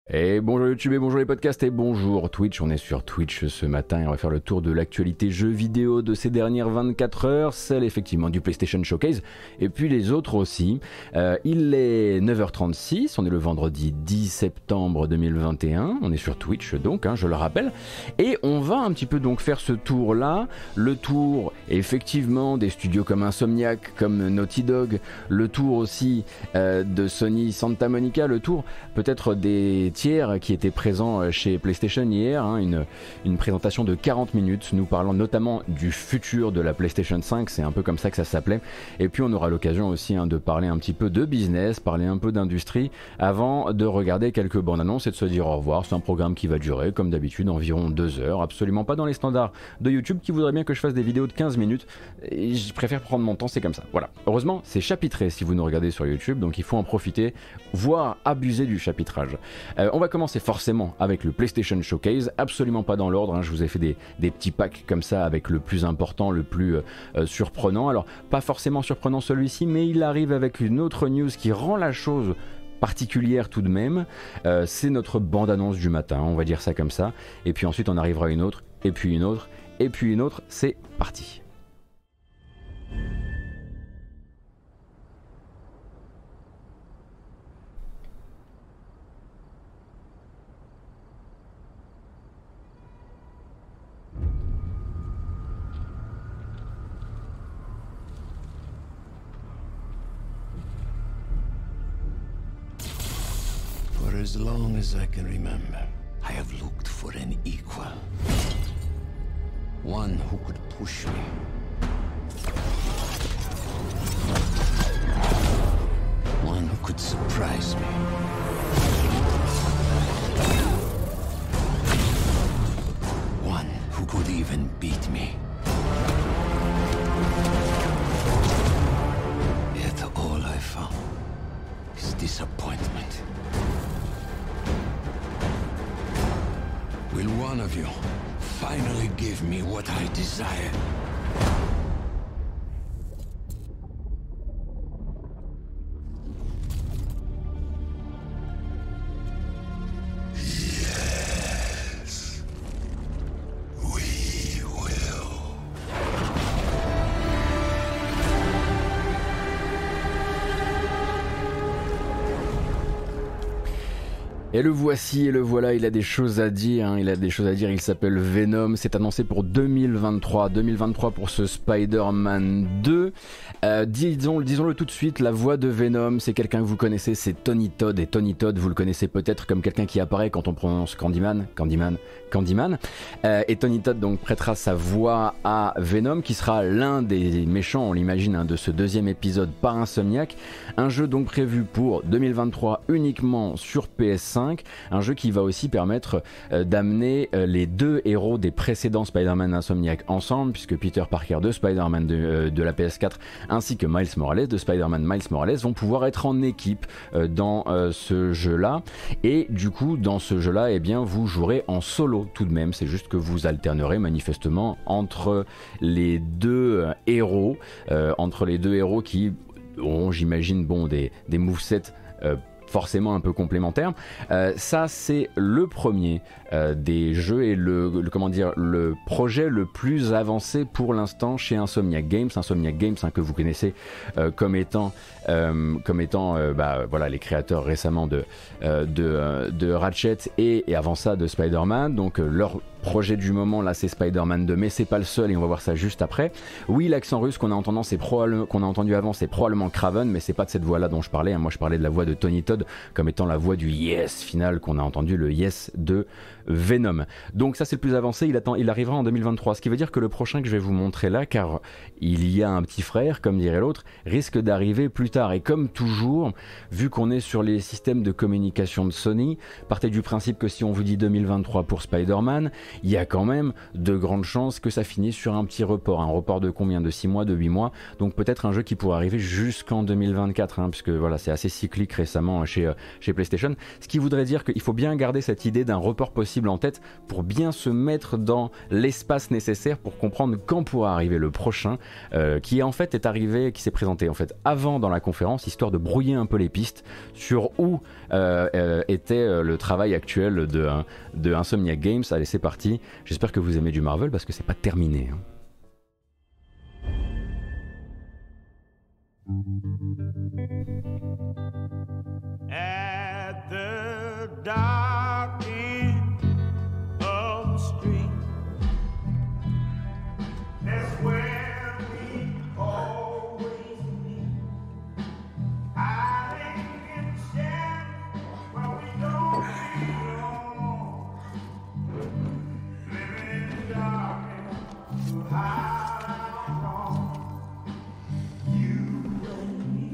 Et bonjour YouTube et bonjour les podcasts et bonjour Twitch, on est sur Twitch ce matin et on va faire le tour de l'actualité jeux vidéo de ces dernières 24 heures, celle effectivement du PlayStation Showcase et puis les autres aussi. Il est 9h36, on est le vendredi 10 septembre 2021, on est sur Twitch donc, je le rappelle, et on va un petit peu donc faire ce tour là, le tour effectivement des studios comme Insomniac, comme Naughty Dog, le tour aussi de Sony Santa Monica, le tour peut-être des tiers qui étaient présents chez PlayStation hier, une présentation de 40 minutes, nous parlons notamment du futur de la PlayStation 5, c'est un peu comme ça que ça s'appelait, et puis on aura l'occasion aussi de parler un petit peu de business, parler un peu d'industrie, avant de regarder quelques bandes annonces et de se dire au revoir. C'est un programme qui va durer, comme d'habitude, environ 2 heures, absolument pas dans les standards de YouTube qui voudraient bien que je fasse des vidéos de 15 minutes, et je préfère prendre mon temps, c'est comme ça, voilà. Heureusement, c'est chapitré si vous nous regardez sur YouTube, donc il faut en profiter, voire abuser du chapitrage. On va commencer forcément avec le PlayStation Showcase, absolument pas dans l'ordre, je vous ai fait des petits packs comme ça avec le plus important, le plus surprenant. Alors pas forcément surprenant celui-ci, mais il arrive avec une autre news qui rend la chose particulière tout de même. C'est notre bande-annonce du matin, on va dire ça comme ça, et puis ensuite on arrivera à une autre, et puis une autre, et puis une autre, c'est parti. For as long as I can remember, I have looked for an equal. One who could push me. One who could surprise me. One who could even beat me. Yet all I found is disappointment. Will one of you finally give me what I desire? Yes, we will. Et le voici et le voilà, il a des choses à dire, il s'appelle Venom, c'est annoncé pour 2023 pour ce Spider-Man 2. Disons-le tout de suite, la voix de Venom, c'est quelqu'un que vous connaissez, c'est Tony Todd, et Tony Todd, vous le connaissez peut-être comme quelqu'un qui apparaît quand on prononce Candyman. Et Tony Todd donc prêtera sa voix à Venom, qui sera l'un des méchants, on l'imagine, de ce deuxième épisode par Insomniac. Un jeu donc prévu pour 2023 uniquement sur PS5, un jeu qui va aussi permettre d'amener les deux héros des précédents Spider-Man Insomniac ensemble, puisque Peter Parker de Spider-Man de la PS4 ainsi que Miles Morales de Spider-Man Miles Morales vont pouvoir être en équipe dans ce jeu-là. Et du coup, dans ce jeu-là, eh bien, vous jouerez en solo tout de même. C'est juste que vous alternerez manifestement entre les deux héros, qui ont, j'imagine, des movesets forcément un peu complémentaires. Ça, c'est le premier des jeux et le projet le plus avancé pour l'instant chez Insomniac Games, que vous connaissez comme étant les créateurs récemment de Ratchet et avant ça de Spider-Man. Donc leur projet du moment là, c'est Spider-Man 2, mais c'est pas le seul et on va voir ça juste après. Oui, l'accent russe qu'on a entendu avant, c'est probablement Kraven, mais c'est pas de cette voix là dont je parlais. Moi je parlais de la voix de Tony Todd comme étant la voix du yes final qu'on a entendu, le yes de Venom. Donc ça c'est le plus avancé, il arrivera en 2023, ce qui veut dire que le prochain que je vais vous montrer là, car il y a un petit frère comme dirait l'autre, risque d'arriver plus tard. Et comme toujours, vu qu'on est sur les systèmes de communication de Sony, partez du principe que si on vous dit 2023 pour Spider-Man, il y a quand même de grandes chances que ça finisse sur un petit report. Un report de combien? De 6 mois, de 8 mois. Donc peut-être un jeu qui pourrait arriver jusqu'en 2024, puisque voilà, c'est assez cyclique récemment chez PlayStation, ce qui voudrait dire qu'il faut bien garder cette idée d'un report possible en tête pour bien se mettre dans l'espace nécessaire pour comprendre quand pourra arriver le prochain, qui en fait est arrivé, qui s'est présenté en fait avant dans la conférence, histoire de brouiller un peu les pistes sur où était le travail actuel de Insomniac Games. Allez, c'est parti, j'espère que vous aimez du Marvel parce que c'est pas terminé, hein. At the dark end of the street, that's where we always meet. Hiding in the shadows where we don't belong, living in the darkness to hide our wrong. You and me.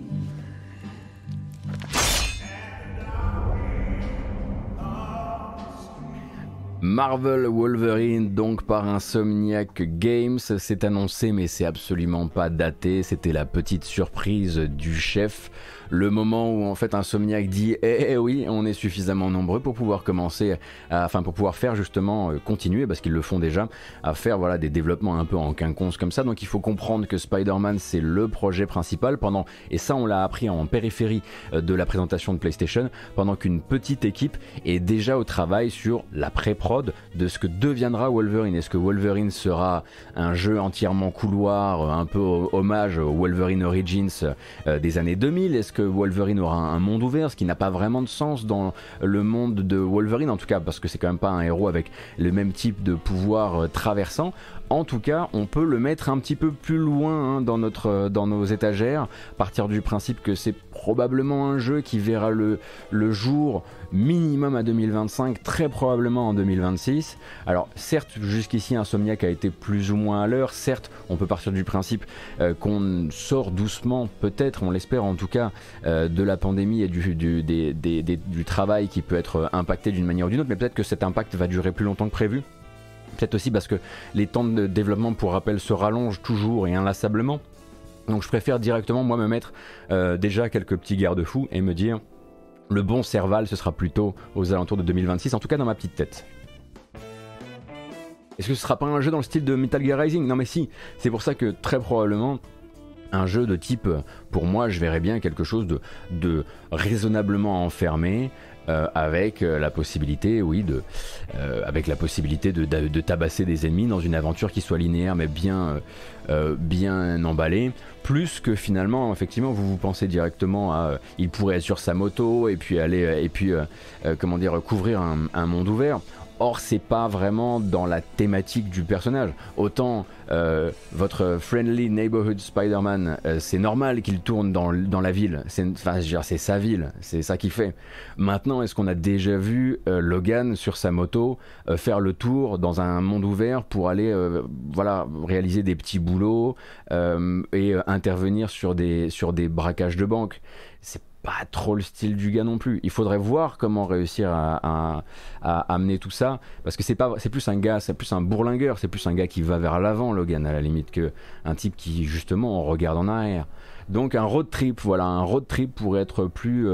Marvel Wolverine, donc par Insomniac Games, c'est annoncé mais c'est absolument pas daté, c'était la petite surprise du chef. Le moment où en fait Insomniac dit oui, on est suffisamment nombreux pour pouvoir commencer, pour pouvoir faire justement continuer, parce qu'ils le font déjà, à faire voilà des développements un peu en quinconce comme ça. Donc il faut comprendre que Spider-Man c'est le projet principal et ça on l'a appris en périphérie de la présentation de PlayStation, pendant qu'une petite équipe est déjà au travail sur la pré-prod de ce que deviendra Wolverine. Est-ce que Wolverine sera un jeu entièrement couloir, un peu hommage au Wolverine Origins des années 2000? Est-ce que Wolverine aura un monde ouvert, ce qui n'a pas vraiment de sens dans le monde de Wolverine, en tout cas parce que c'est quand même pas un héros avec le même type de pouvoir traversant. En tout cas, on peut le mettre un petit peu plus loin dans nos étagères, partir du principe que c'est probablement un jeu qui verra le jour minimum à 2025, très probablement en 2026. Alors certes, jusqu'ici Insomniac a été plus ou moins à l'heure, certes on peut partir du principe qu'on sort doucement, peut-être, on l'espère en tout cas, de la pandémie et du travail qui peut être impacté d'une manière ou d'une autre, mais peut-être que cet impact va durer plus longtemps que prévu. Peut-être aussi parce que les temps de développement, pour rappel, se rallongent toujours et inlassablement. Donc je préfère directement moi me mettre déjà quelques petits garde-fous et me dire le bon Serval ce sera plutôt aux alentours de 2026, en tout cas dans ma petite tête. Est-ce que ce sera pas un jeu dans le style de Metal Gear Rising? Non mais si, c'est pour ça que très probablement un jeu de type, pour moi je verrais bien quelque chose de raisonnablement enfermé, avec la possibilité, de tabasser des ennemis dans une aventure qui soit linéaire mais bien emballée, plus que finalement effectivement vous pensez directement à il pourrait être sur sa moto et puis aller couvrir un monde ouvert. Or c'est pas vraiment dans la thématique du personnage. Autant votre Friendly Neighborhood Spider-Man, c'est normal qu'il tourne dans la ville, c'est sa ville, c'est ça qu'il fait. Maintenant, est-ce qu'on a déjà vu Logan sur sa moto faire le tour dans un monde ouvert pour aller réaliser des petits boulots et intervenir sur des braquages de banque? C'est pas trop le style du gars non plus. Il faudrait voir comment réussir à amener tout ça, parce que c'est plus un gars, c'est plus un bourlingueur, c'est plus un gars qui va vers l'avant, Logan, à la limite, que un type qui justement regarde en arrière. Donc un road trip pourrait être plus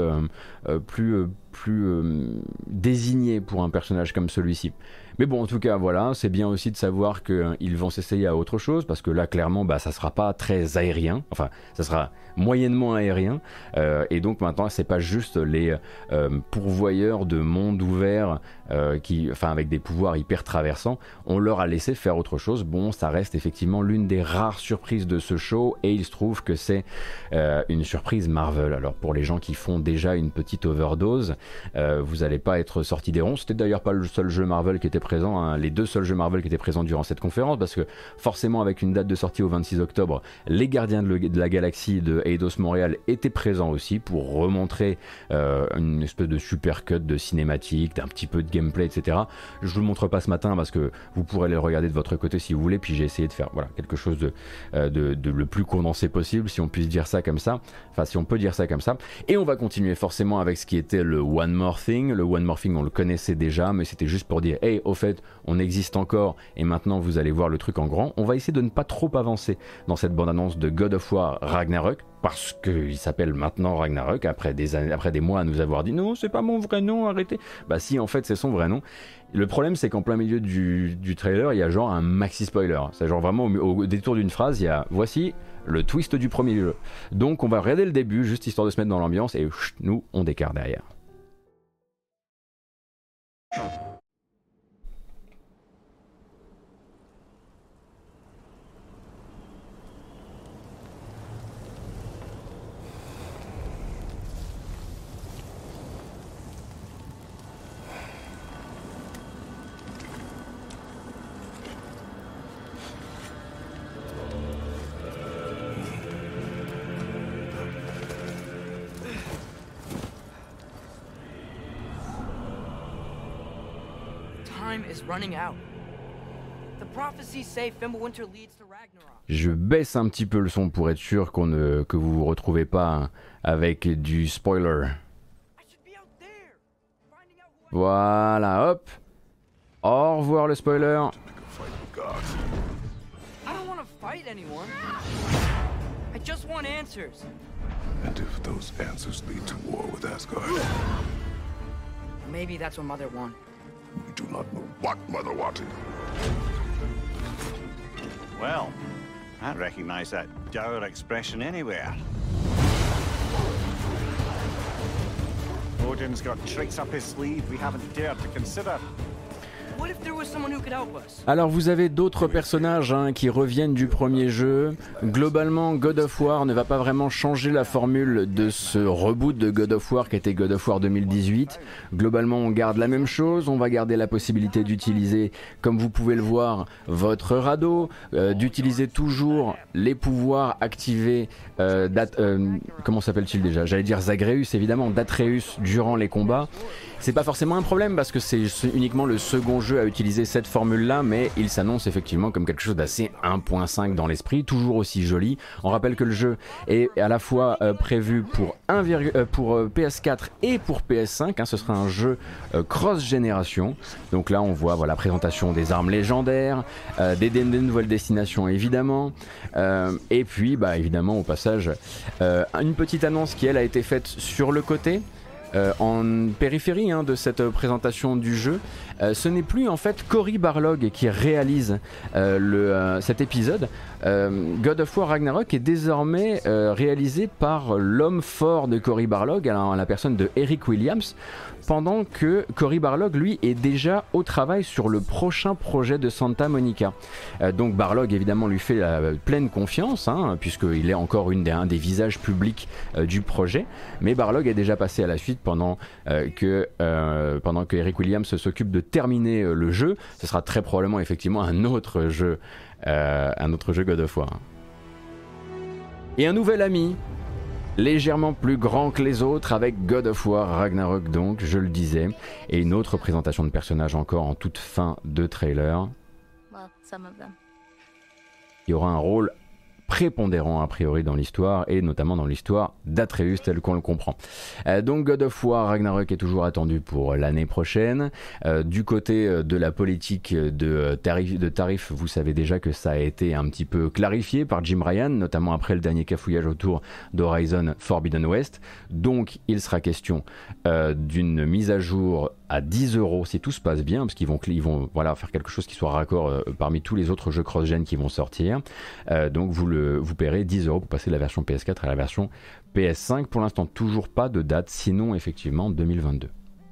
désigné pour un personnage comme celui-ci. Mais bon, en tout cas, voilà, c'est bien aussi de savoir qu'ils vont s'essayer à autre chose, parce que là, clairement, ça sera pas très aérien, enfin, ça sera moyennement aérien, et donc maintenant, c'est pas juste les pourvoyeurs de monde ouvert avec des pouvoirs hyper traversants, on leur a laissé faire autre chose. Bon, ça reste effectivement l'une des rares surprises de ce show, et il se trouve que c'est une surprise Marvel. Alors pour les gens qui font déjà une petite overdose, vous allez pas être sortis des ronds. C'était d'ailleurs pas le seul jeu Marvel qui était présent, hein, les deux seuls jeux Marvel qui étaient présents durant cette conférence, parce que forcément avec une date de sortie au 26 octobre, les Gardiens de la Galaxie de Eidos Montréal étaient présents aussi pour remontrer une espèce de super cut de cinématique, d'un petit peu de gameplay, etc. Je vous le montre pas ce matin parce que vous pourrez les regarder de votre côté si vous voulez, puis j'ai essayé de faire quelque chose de le plus condensé possible, si on puisse dire ça comme ça, enfin si on peut dire ça comme ça. Et on va continuer forcément avec ce qui était le One More Thing. Le One More Thing, on le connaissait déjà, mais c'était juste pour dire, hey, au fait, on existe encore, et maintenant vous allez voir le truc en grand. On va essayer de ne pas trop avancer dans cette bande-annonce de God of War Ragnarok, parce qu'il s'appelle maintenant Ragnarok, après des années, après des mois à nous avoir dit, non, c'est pas mon vrai nom, arrêtez. Bah si, en fait, c'est son vrai nom. Le problème, c'est qu'en plein milieu du trailer, il y a genre un maxi spoiler. C'est genre vraiment au détour d'une phrase, il y a, voici le twist du premier jeu. Donc on va regarder le début, juste histoire de se mettre dans l'ambiance, et nous, on décarre derrière. Je baisse un petit peu le son pour être sûr que vous vous retrouvez pas avec du spoiler. Voilà, hop. Au revoir le spoiler. And if those answers lead to war with Asgard, maybe that's what Mother wanted. we do not know what Mother wanted. Well, I recognize that dour expression anywhere. Odin's got tricks up his sleeve we haven't dared to consider. What if there was someone who could help us? Alors vous avez d'autres personnages qui reviennent du premier jeu. Globalement, God of War ne va pas vraiment changer la formule de ce reboot de God of War qui était God of War 2018. Globalement, on garde la même chose. On va garder la possibilité d'utiliser, comme vous pouvez le voir, votre radeau, d'utiliser toujours les pouvoirs activés comment s'appelle-t-il déjà? J'allais dire Zagreus, évidemment, d'Atreus durant les combats. C'est pas forcément un problème parce que c'est uniquement le second jeu à utiliser cette formule-là, mais il s'annonce effectivement comme quelque chose d'assez 1.5 dans l'esprit, toujours aussi joli. On rappelle que le jeu est à la fois prévu pour PS4 et pour PS5, ce sera un jeu cross-génération. Donc là on voit voilà, présentation des armes légendaires, des nouvelles destinations évidemment, et puis bah, évidemment au passage une petite annonce qui elle a été faite sur le côté. En périphérie de cette présentation du jeu, ce n'est plus en fait Cory Barlog qui réalise cet épisode. God of War Ragnarok est désormais réalisé par l'homme fort de Cory Barlog, la personne de Eric Williams, pendant que Cory Barlog lui est déjà au travail sur le prochain projet de Santa Monica. Donc Barlog évidemment lui fait la pleine confiance, puisqu'il est encore un des visages publics du projet, mais Barlog est déjà passé à la suite pendant que Eric Williams s'occupe de terminer le jeu. Ce sera très probablement effectivement un autre jeu God of War. Et un nouvel ami, légèrement plus grand que les autres, avec God of War Ragnarok donc, je le disais, et une autre présentation de personnages encore en toute fin de trailer. Well, some of them. Il y aura un rôle prépondérant a priori dans l'histoire, et notamment dans l'histoire d'Atreus tel qu'on le comprend. Donc God of War Ragnarok est toujours attendu pour l'année prochaine. Du côté de la politique de tarifs, vous savez déjà que ça a été un petit peu clarifié par Jim Ryan, notamment après le dernier cafouillage autour d'Horizon Forbidden West. Donc il sera question d'une mise à jour à 10 € si tout se passe bien, parce qu'ils vont voilà, faire quelque chose qui soit raccord parmi tous les autres jeux cross-gen qui vont sortir. Donc vous paierez 10 € pour passer de la version PS4 à la version PS5. Pour l'instant, toujours pas de date, sinon effectivement 2022.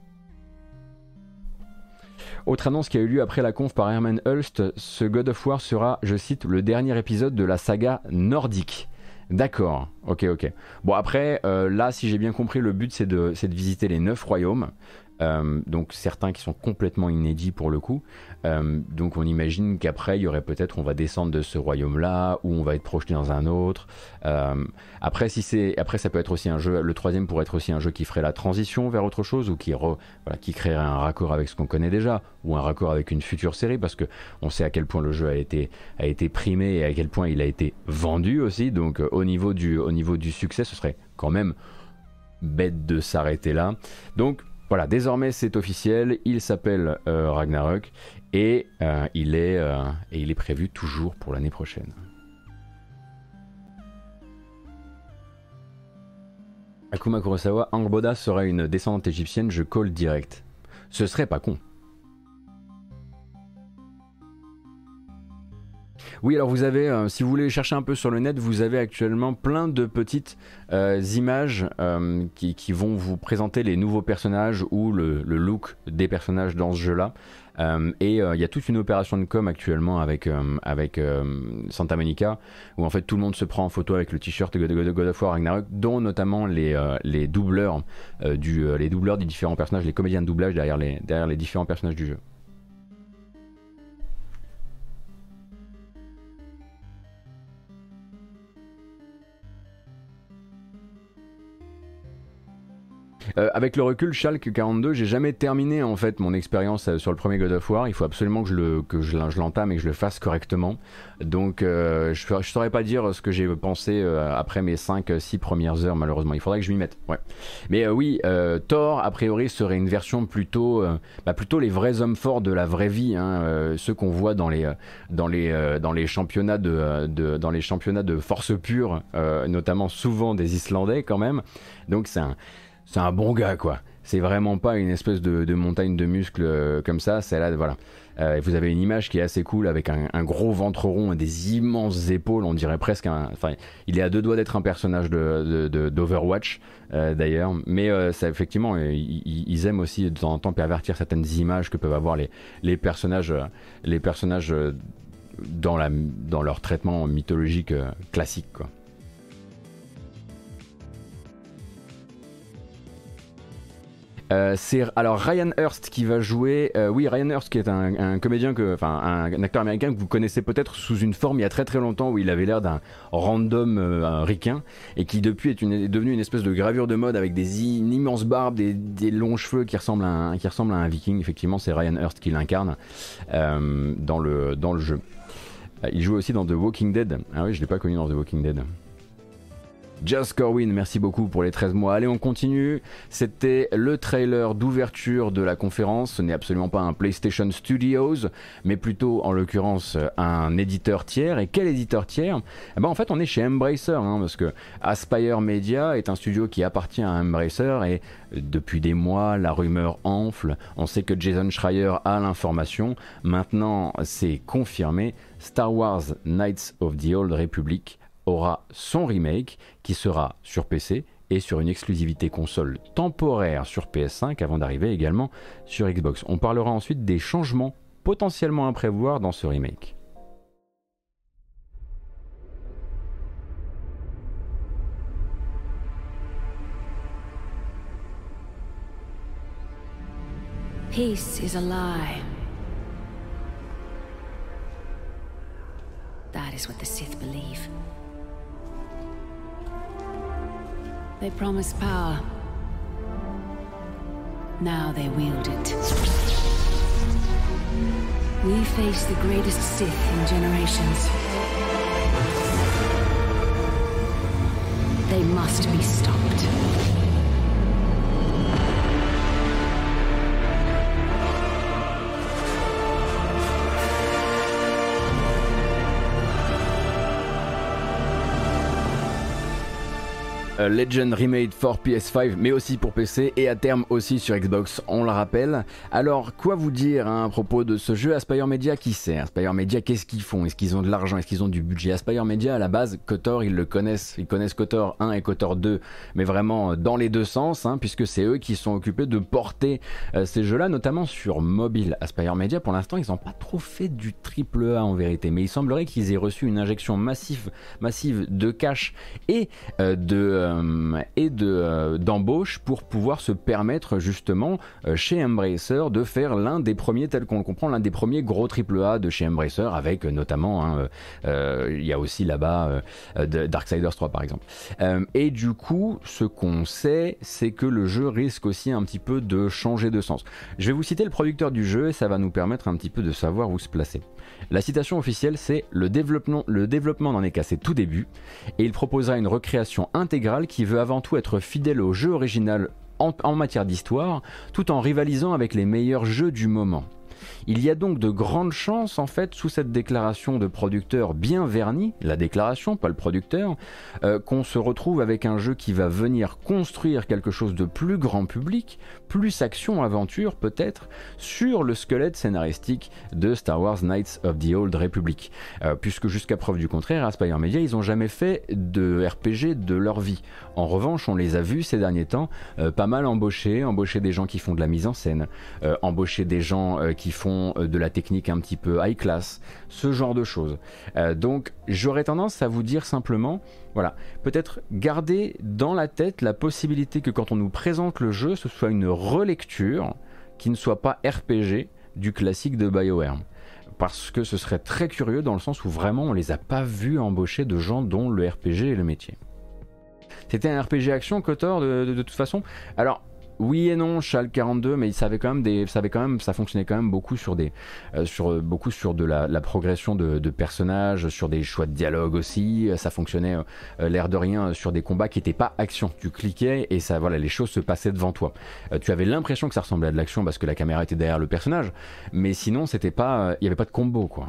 Autre annonce qui a eu lieu après la conf par Herman Hulst, ce God of War sera, je cite, le dernier épisode de la saga nordique. D'accord, ok. Bon après, là si j'ai bien compris, le but c'est de visiter les 9 royaumes. Donc certains qui sont complètement inédits pour le coup, donc on imagine qu'après il y aurait peut-être, on va descendre de ce royaume là ou on va être projeté dans un autre. Après ça peut être aussi un jeu, le troisième pourrait être aussi un jeu qui ferait la transition vers autre chose ou qui créerait un raccord avec ce qu'on connaît déjà ou un raccord avec une future série, parce que on sait à quel point le jeu a été primé et à quel point il a été vendu aussi. Donc au niveau du succès, ce serait quand même bête de s'arrêter là. Donc voilà, désormais c'est officiel, il s'appelle Ragnarok et il est prévu toujours pour l'année prochaine. Akuma Kurosawa, Angboda serait une descendante égyptienne, je call direct. Ce serait pas con. Oui, alors vous avez, si vous voulez chercher un peu sur le net, vous avez actuellement plein de petites images qui vont vous présenter les nouveaux personnages ou le look des personnages dans ce jeu-là. Et il y a toute une opération de com actuellement avec Santa Monica, où en fait tout le monde se prend en photo avec le t-shirt de God of War Ragnarok, dont notamment les doubleurs les doubleurs des différents personnages, les comédiens de doublage derrière les différents personnages du jeu. Avec le recul, Schalke 42, j'ai jamais terminé en fait mon expérience sur le premier God of War. Il faut absolument que je l'entame et que je le fasse correctement. Donc je saurais pas dire ce que j'ai pensé après mes 5-6 premières heures malheureusement. Il faudrait que je m'y mette. Ouais. Mais oui, Thor a priori serait une version plutôt les vrais hommes forts de la vraie vie, hein, ceux qu'on voit dans les championnats dans les championnats de force pure, notamment souvent des Islandais quand même. Donc c'est un bon gars quoi, c'est vraiment pas une espèce de montagne de muscles comme ça, c'est là, voilà. Vous avez une image qui est assez cool avec un gros ventre rond et des immenses épaules, on dirait presque enfin il est à deux doigts d'être un personnage d'Overwatch d'ailleurs, mais ça, effectivement ils aiment aussi de temps en temps pervertir certaines images que peuvent avoir les personnages dans leur traitement mythologique classique quoi. C'est alors Ryan Hurst qui va jouer. Oui, Ryan Hurst qui est un comédien, un acteur américain que vous connaissez peut-être sous une forme il y a très très longtemps où il avait l'air d'un random ricain et qui depuis est devenu une espèce de gravure de mode avec une immense barbe, des longs cheveux qui ressemblent à un viking. Effectivement, c'est Ryan Hurst qui l'incarne dans le jeu. Il joue aussi dans The Walking Dead. Ah oui, je l'ai pas connu dans The Walking Dead. Just Corwin, merci beaucoup pour les 13 mois. Allez, on continue. C'était le trailer d'ouverture de la conférence. Ce n'est absolument pas un PlayStation Studios, mais plutôt, en l'occurrence, un éditeur tiers. Et quel éditeur tiers ? Eh ben, en fait, on est chez Embracer, hein, parce que Aspyr Media est un studio qui appartient à Embracer et depuis des mois, la rumeur enfle. On sait que Jason Schreier a l'information. Maintenant, c'est confirmé. Star Wars Knights of the Old Republic aura son remake qui sera sur PC et sur une exclusivité console temporaire sur PS5 avant d'arriver également sur Xbox. On parlera ensuite des changements potentiellement à prévoir dans ce remake. Peace is a lie. That is what the Sith believe. They promised power. Now they wield it. We face the greatest Sith in generations. They must be stopped. Legend Remade for PS5 mais aussi pour PC et à terme aussi sur Xbox, on le rappelle. Alors quoi vous dire à propos de ce jeu? Aspyr Media, qui c'est? Aspyr Media, qu'est-ce qu'ils font? Est-ce qu'ils ont de l'argent? Est-ce qu'ils ont du budget? Aspyr Media, à la base, KOTOR, ils le connaissent. Ils connaissent KOTOR 1 et KOTOR 2, mais vraiment dans les deux sens, hein, puisque c'est eux qui sont occupés de porter ces jeux-là, notamment sur mobile. Aspyr Media, pour l'instant, ils n'ont pas trop fait du AAA en vérité, mais il semblerait qu'ils aient reçu une injection massive de cash et d'embauche pour pouvoir se permettre justement chez Embracer de faire l'un des premiers, tel qu'on le comprend, l'un des premiers gros AAA de chez Embracer, avec notamment il y a aussi là-bas Darksiders 3 par exemple. Et du coup, ce qu'on sait, c'est que le jeu risque aussi un petit peu de changer de sens. Je vais vous citer le producteur du jeu et ça va nous permettre un petit peu de savoir où se placer. La citation officielle, c'est le développement n'en est qu'à ses tout débuts et il proposera une recréation intégrale qui veut avant tout être fidèle au jeu original en matière d'histoire, tout en rivalisant avec les meilleurs jeux du moment. Il y a donc de grandes chances, en fait, sous cette déclaration de producteur bien vernie, la déclaration, pas le producteur, qu'on se retrouve avec un jeu qui va venir construire quelque chose de plus grand public, plus action-aventure peut-être, sur le squelette scénaristique de Star Wars Knights of the Old Republic. Puisque jusqu'à preuve du contraire, Aspyr Media, ils n'ont jamais fait de RPG de leur vie. En revanche, on les a vus ces derniers temps pas mal embaucher des gens qui font de la mise en scène, embaucher des gens qui font de la technique un petit peu high class, ce genre de choses. Donc j'aurais tendance à vous dire simplement, voilà, peut-être garder dans la tête la possibilité que quand on nous présente le jeu, ce soit une relecture qui ne soit pas RPG du classique de BioWare. Parce que ce serait très curieux dans le sens où vraiment on les a pas vus embaucher de gens dont le RPG est le métier. C'était un RPG action, KOTOR, de toute façon. Alors, oui et non, Shal 42, mais ça fonctionnait quand même beaucoup sur de la progression de personnages, sur des choix de dialogue aussi. Ça fonctionnait l'air de rien sur des combats qui n'étaient pas action. Tu cliquais et ça, voilà, les choses se passaient devant toi. Tu avais l'impression que ça ressemblait à de l'action parce que la caméra était derrière le personnage, mais sinon c'était pas, il n'y avait pas de combo quoi.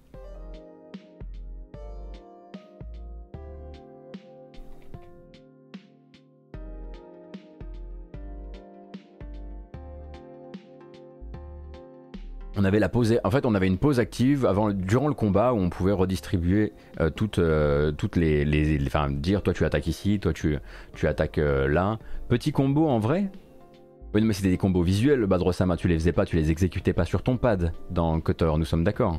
On avait la pause, en fait, on avait une pause active durant le combat où on pouvait redistribuer toutes les, enfin, dire toi tu attaques ici, toi tu attaques là. Petit combo en vrai. Oui, mais c'était des combos visuels, Badro-sama, tu les faisais pas, tu les exécutais pas sur ton pad dans KOTOR, nous sommes d'accord.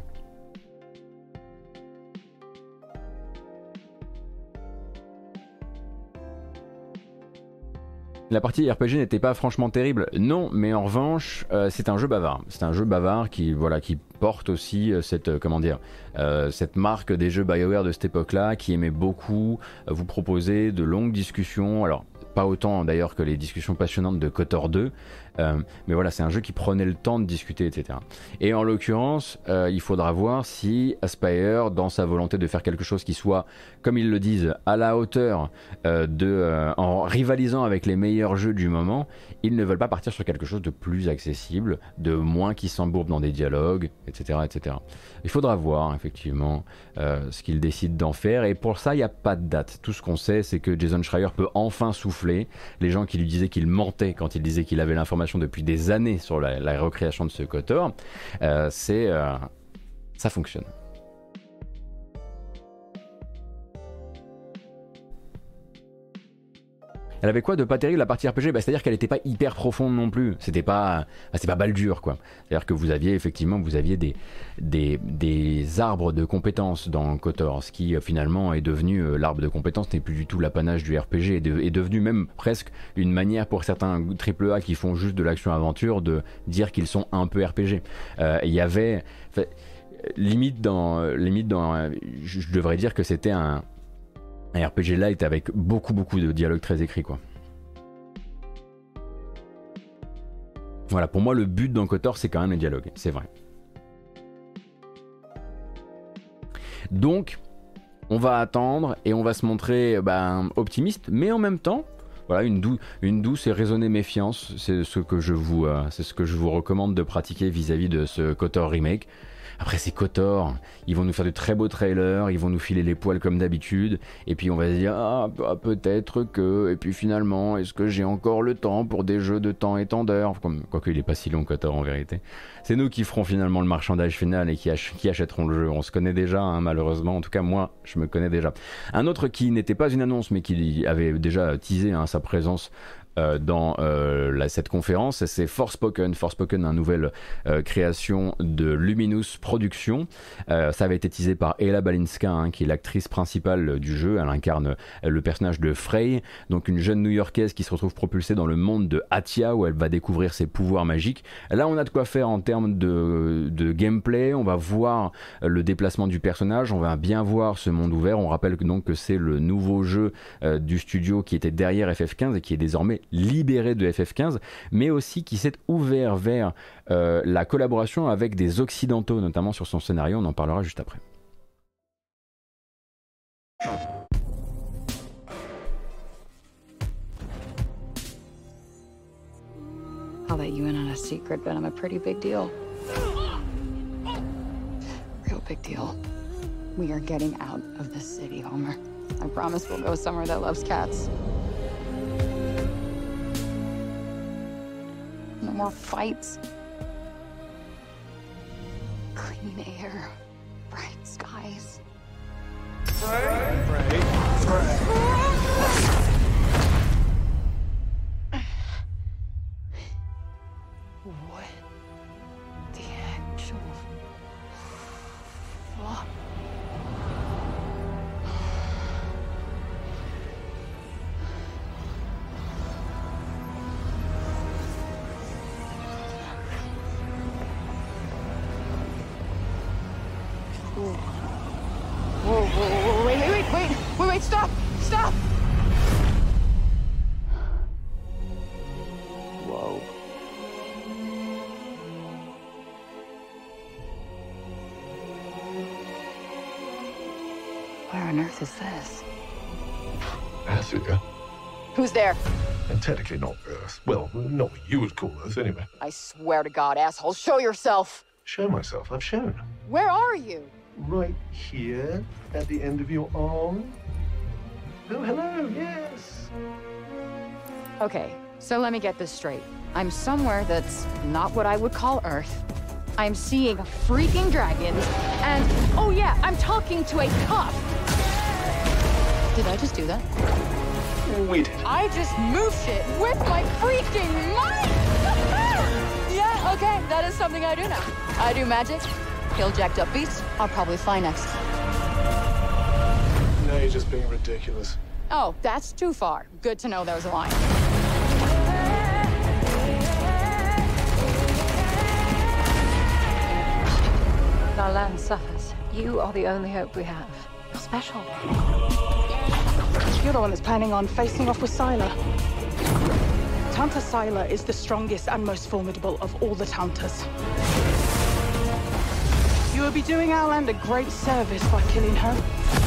La partie RPG n'était pas franchement terrible, non, mais en revanche, c'est un jeu bavard. C'est un jeu bavard qui porte aussi cette marque des jeux BioWare de cette époque-là, qui aimait beaucoup vous proposer de longues discussions. Alors, pas autant d'ailleurs que les discussions passionnantes de KOTOR 2, mais voilà, c'est un jeu qui prenait le temps de discuter, etc. Et en l'occurrence, il faudra voir si Aspyr, dans sa volonté de faire quelque chose qui soit, comme ils le disent, à la hauteur en rivalisant avec les meilleurs jeux du moment, ils ne veulent pas partir sur quelque chose de plus accessible, de moins qui s'embourbe dans des dialogues, etc., etc. Il faudra voir effectivement ce qu'ils décident d'en faire, et pour ça, il n'y a pas de date. Tout ce qu'on sait, c'est que Jason Schreier peut enfin souffler. Les gens qui lui disaient qu'il mentait quand il disait qu'il avait l'information depuis des années sur la recréation de ce KOTOR, ça fonctionne. Elle avait quoi de pas terrible la partie RPG? C'est-à-dire qu'elle n'était pas hyper profonde non plus. C'était pas Baldur quoi. C'est-à-dire que vous aviez des arbres de compétences dans KOTOR, ce qui finalement est devenu l'arbre de compétences n'est plus du tout l'apanage du RPG, est devenu même presque une manière pour certains AAA qui font juste de l'action-aventure de dire qu'ils sont un peu RPG. Il y avait limite dans, je devrais dire que c'était un RPG light avec beaucoup de dialogues très écrits quoi. Voilà, pour moi le but dans KOTOR c'est quand même les dialogues, c'est vrai. Donc on va attendre et on va se montrer optimiste, mais en même temps voilà, une douce et raisonnée méfiance, c'est ce que je vous recommande de pratiquer vis-à-vis de ce KOTOR remake. Après c'est KOTOR, ils vont nous faire de très beaux trailers, ils vont nous filer les poils comme d'habitude, et puis on va se dire peut-être que, et puis finalement est-ce que j'ai encore le temps pour des jeux de temps étendeur, quoique il est pas si long KOTOR en vérité. C'est nous qui ferons finalement le marchandage final et qui achèteront le jeu, on se connaît déjà malheureusement, en tout cas moi je me connais déjà. Un autre qui n'était pas une annonce mais qui avait déjà teasé sa présence dans cette conférence, c'est Forspoken, un nouvelle création de Luminous Productions. Ça avait été teasé par Ella Balinska, qui est l'actrice principale du jeu. Elle incarne le personnage de Frey, donc une jeune New-Yorkaise qui se retrouve propulsée dans le monde de Atia où elle va découvrir ses pouvoirs magiques. Là on a de quoi faire en termes de gameplay, on va voir le déplacement du personnage, on va bien voir ce monde ouvert. On rappelle donc que c'est le nouveau jeu du studio qui était derrière FF15 et qui est désormais libéré de FF15, mais aussi qui s'est ouvert vers la collaboration avec des occidentaux, notamment sur son scénario, on en parlera juste après. secret, but I'm a pretty big deal. Real big deal. We are getting out of this city, Homer. I promise we'll go somewhere that loves cats. No more fights. Clean air. Bright skies. What the actual fuck? Whoa, wait, stop! Whoa. Where on earth is this? Africa. Who's there? And technically not Earth. Well, not what you would call Earth, anyway. I swear to God, asshole, show yourself! Show myself. I've shown. Where are you? Right here, at the end of your arm. Oh, hello, yes. Okay, so let me get this straight. I'm somewhere that's not what I would call Earth. I'm seeing freaking dragons, and oh yeah, I'm talking to a cop. Did I just do that? We did. I just moved shit with my freaking mind! Yeah, okay, that is something I do now. I do magic, kill jacked up beasts, I'll probably fly next. No, you're just being ridiculous. Oh, that's too far. Good to know there was a line. Our land suffers. You are the only hope we have. You're special. You're the one that's planning on facing off with Sylar. Tanta Sylar is the strongest and most formidable of all the Tantas. You will be doing our land a great service by killing her.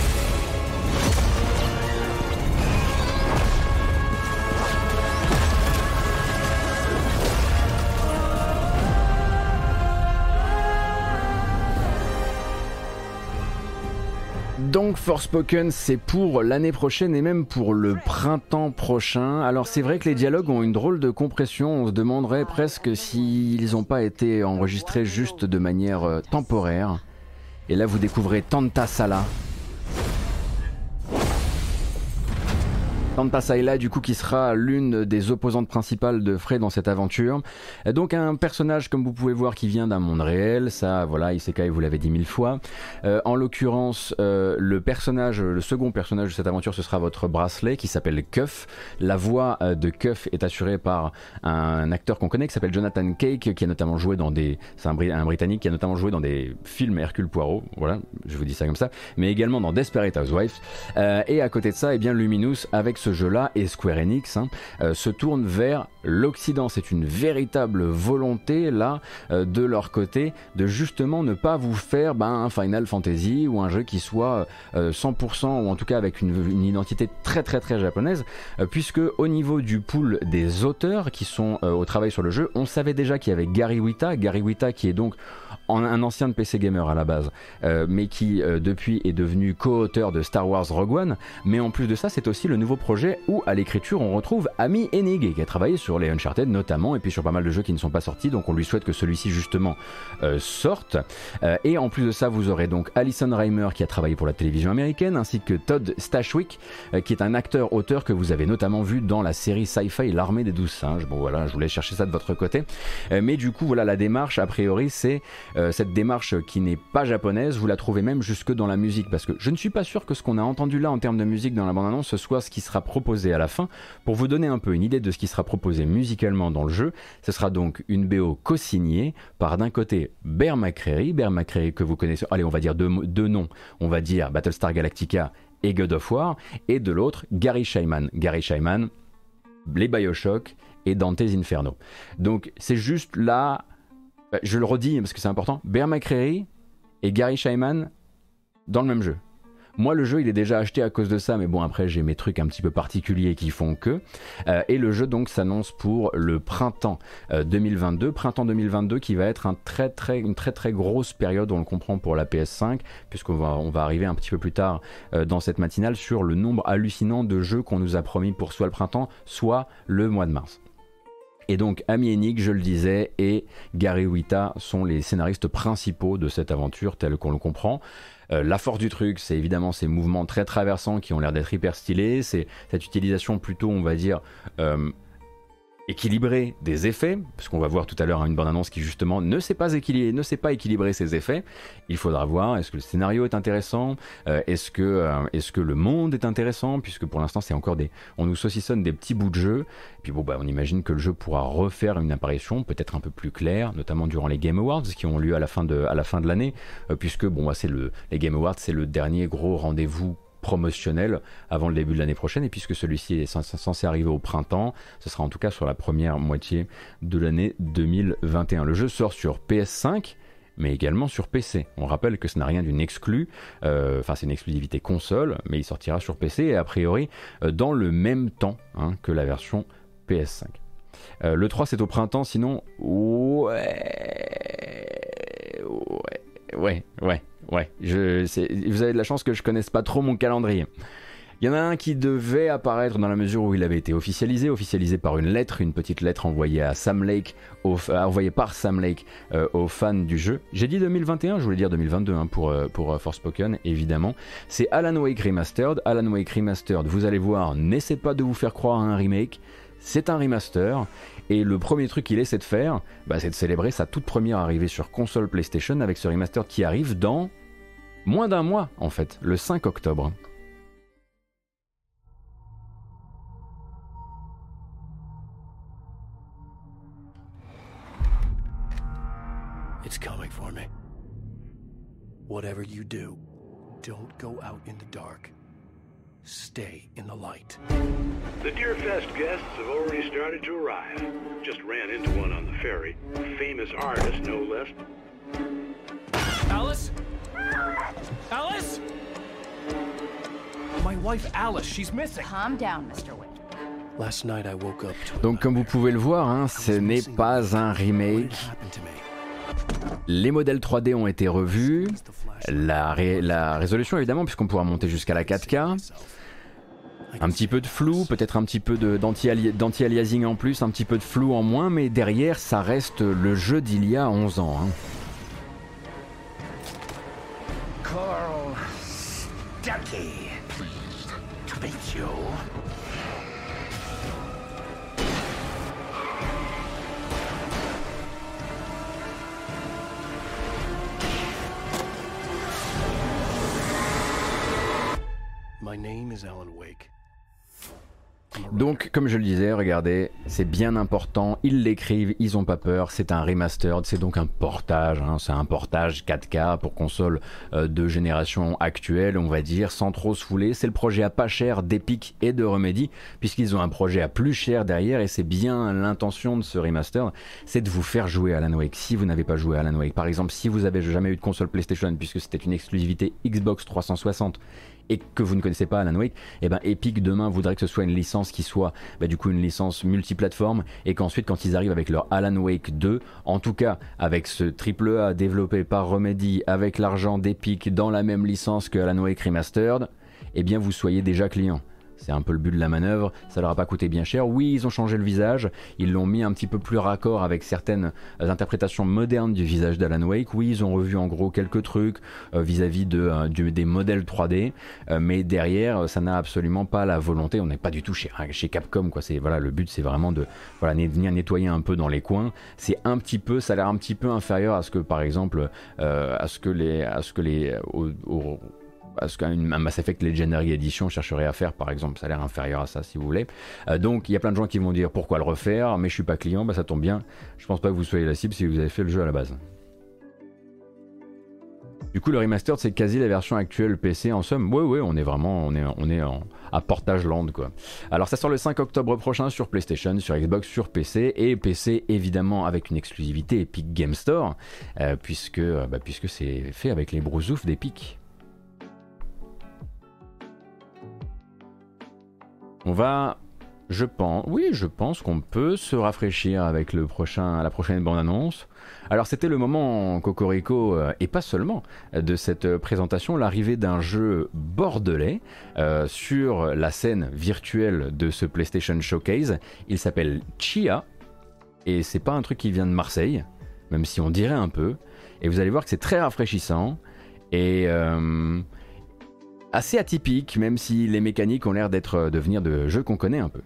Donc Forspoken, c'est pour l'année prochaine et même pour le printemps prochain. Alors c'est vrai que les dialogues ont une drôle de compression, on se demanderait presque s'ils n'ont pas été enregistrés juste de manière temporaire. Et là vous découvrez Tanta Sala. Tanta Sala du coup qui sera l'une des opposantes principales de Frey dans cette aventure. Donc un personnage comme vous pouvez voir qui vient d'un monde réel, ça voilà Isekai vous l'avez dit 1000 fois. En l'occurrence le second personnage de cette aventure ce sera votre bracelet qui s'appelle Cuff. La voix de Cuff est assurée par un acteur qu'on connaît qui s'appelle Jonathan Cake qui a notamment joué dans c'est un Britannique qui a notamment joué dans des films Hercule Poirot, voilà je vous dis ça comme ça, mais également dans Desperate Housewives. Et à côté de ça, eh bien Luminous avec ce jeu-là et Square Enix se tourne vers l'Occident. C'est une véritable volonté là de leur côté de justement ne pas vous faire un Final Fantasy ou un jeu qui soit 100% ou en tout cas avec une identité très très très japonaise puisque au niveau du pool des auteurs qui sont au travail sur le jeu, on savait déjà qu'il y avait Gary Whitta qui est donc un ancien de PC Gamer à la base, mais qui depuis est devenu co-auteur de Star Wars Rogue One, mais en plus de ça c'est aussi le nouveau projet où à l'écriture on retrouve Ami Enig qui a travaillé sur les Uncharted notamment et puis sur pas mal de jeux qui ne sont pas sortis, donc on lui souhaite que celui-ci justement sorte. Et en plus de ça vous aurez donc Alison Reimer qui a travaillé pour la télévision américaine ainsi que Todd Stashwick qui est un acteur-auteur que vous avez notamment vu dans la série sci-fi L'Armée des 12 singes. Bon voilà, je voulais chercher ça de votre côté, mais du coup voilà la démarche a priori c'est cette démarche qui n'est pas japonaise, vous la trouvez même jusque dans la musique parce que je ne suis pas sûr que ce qu'on a entendu là en termes de musique dans la bande-annonce ce soit ce qui sera proposé à la fin. Pour vous donner un peu une idée de ce qui sera proposé musicalement dans le jeu, ce sera donc une BO co-signée par d'un côté Bear McCreary que vous connaissez, allez on va dire deux noms, on va dire Battlestar Galactica et God of War, et de l'autre Gary Shyman, les Bioshock et Dante's Inferno. Donc c'est juste là, je le redis parce que c'est important, Bear McCreary et Gary Shyman dans le même jeu. Moi le jeu il est déjà acheté à cause de ça, mais bon après j'ai mes trucs un petit peu particuliers qui font que. Et le jeu donc s'annonce pour le printemps 2022. Printemps 2022 qui va être une très très grosse période, on le comprend pour la PS5, puisqu'on va arriver un petit peu plus tard dans cette matinale sur le nombre hallucinant de jeux qu'on nous a promis pour soit le printemps, soit le mois de mars. Et donc Amy Hennig, je le disais, et Gary Whitta sont les scénaristes principaux de cette aventure telle qu'on le comprend. La force du truc, c'est évidemment ces mouvements très traversants qui ont l'air d'être hyper stylés, c'est cette utilisation plutôt, on va dire, équilibrer des effets, parce qu'on va voir tout à l'heure une bande-annonce qui justement ne sait pas équilibrer ses effets. Il faudra voir, est-ce que le scénario est intéressant, est-ce que le monde est intéressant, puisque pour l'instant c'est encore on nous saucissonne des petits bouts de jeu, et puis bon bah on imagine que le jeu pourra refaire une apparition peut-être un peu plus claire, notamment durant les Game Awards qui ont lieu à la fin de l'année, puisque bon bah, les Game Awards c'est le dernier gros rendez-vous promotionnel avant le début de l'année prochaine, et puisque celui-ci est censé arriver au printemps, ce sera en tout cas sur la première moitié de l'année 2021. Le jeu sort sur PS5 mais également sur PC. On rappelle que ce n'a rien d'une exclue, c'est une exclusivité console, mais il sortira sur PC et a priori dans le même temps que la version PS5. Le 3 c'est au printemps, sinon ouais. Vous avez de la chance que je connaisse pas trop mon calendrier. Il y en a un qui devait apparaître dans la mesure où il avait été officialisé par une lettre, une petite lettre envoyée à Sam Lake, envoyée par Sam Lake aux fans du jeu. J'ai dit 2021, je voulais dire 2022 pour Forspoken, évidemment. C'est Alan Wake Remastered. Alan Wake Remastered, vous allez voir, n'essaie pas de vous faire croire à un remake. C'est un remaster, et le premier truc qu'il essaie de faire, c'est de célébrer sa toute première arrivée sur console PlayStation avec ce remaster qui arrive dans moins d'un mois en fait, le 5 octobre. It's coming for me. Whatever you do, don't go out in the dark. Stay in the light. The Deerfest guests have already started to arrive. Just ran into one on the ferry. Famous artist, no less. Alice? Alice? My wife Alice, she's missing. Calm down, Mr. Wick. Last night I woke up to Donc comme vous pouvez le voir, ce n'est pas un remake. Les modèles 3D ont été revus. La résolution évidemment, puisqu'on pourra monter jusqu'à la 4K. Un petit peu de flou, peut-être un petit peu d'anti-aliasing en plus, un petit peu de flou en moins, mais derrière ça reste le jeu d'il y a 11 ans. Carl Stuckey, pleased to meet you. My name is Alan Wake. Donc, comme je le disais, regardez, c'est bien important, ils l'écrivent, ils ont pas peur, c'est un remastered, c'est donc un portage, c'est un portage 4K pour console de génération actuelle, on va dire, sans trop se fouler. C'est le projet à pas cher d'Epic et de Remedy, puisqu'ils ont un projet à plus cher derrière, et c'est bien l'intention de ce remastered, c'est de vous faire jouer à Alan Wake. Si vous n'avez pas joué à Alan Wake, par exemple, si vous avez jamais eu de console PlayStation, puisque c'était une exclusivité Xbox 360, et que vous ne connaissez pas Alan Wake, et ben Epic demain voudrait que ce soit une licence qui soit du coup une licence multiplateforme, et qu'ensuite quand ils arrivent avec leur Alan Wake 2, en tout cas avec ce AAA développé par Remedy avec l'argent d'Epic dans la même licence que Alan Wake Remastered, et bien vous soyez déjà client. C'est un peu le but de la manœuvre, ça leur a pas coûté bien cher. Oui, ils ont changé le visage, ils l'ont mis un petit peu plus raccord avec certaines interprétations modernes du visage d'Alan Wake. Oui, ils ont revu en gros quelques trucs vis-à-vis des modèles 3D, mais derrière, ça n'a absolument pas la volonté. On n'est pas du tout chez Capcom, quoi. C'est le but, c'est vraiment de venir nettoyer un peu dans les coins. Ça a l'air un petit peu inférieur à ce que, par exemple, à ce qu'un Mass Effect Legendary Edition chercherait à faire, par exemple. Ça a l'air inférieur à ça, si vous voulez. Donc il y a plein de gens qui vont dire pourquoi le refaire, mais je suis pas client. Ça tombe bien, je pense pas que vous soyez la cible si vous avez fait le jeu à la base. Du coup, le remastered, c'est quasi la version actuelle PC en somme. Ouais, on est à portage land, quoi. Alors ça sort le 5 octobre prochain sur PlayStation, sur Xbox, sur PC, et PC évidemment avec une exclusivité Epic Game Store, puisque c'est fait avec les brousoufs d'Epic. On va, je pense qu'on peut se rafraîchir avec la prochaine bande-annonce. Alors c'était le moment cocorico, et pas seulement, de cette présentation, l'arrivée d'un jeu bordelais sur la scène virtuelle de ce PlayStation Showcase. Il s'appelle Chia, et c'est pas un truc qui vient de Marseille, même si on dirait un peu. Et vous allez voir que c'est très rafraîchissant, et assez atypique, même si les mécaniques ont l'air de venir de jeux qu'on connaît un peu.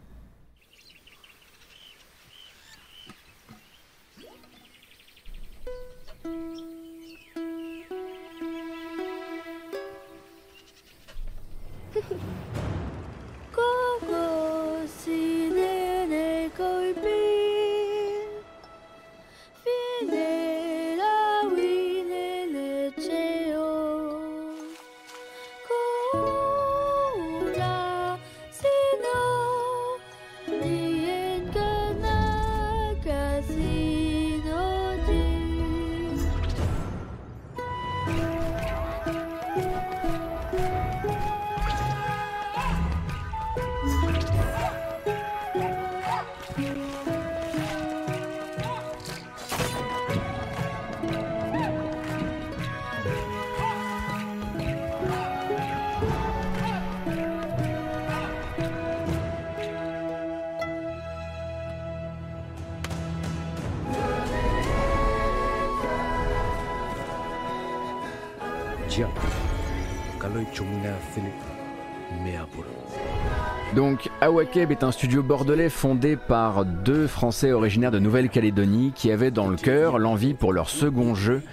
Donc Awakeb est un studio bordelais fondé par 2 Français originaires de Nouvelle-Calédonie qui avaient dans le cœur l'envie pour leur second jeu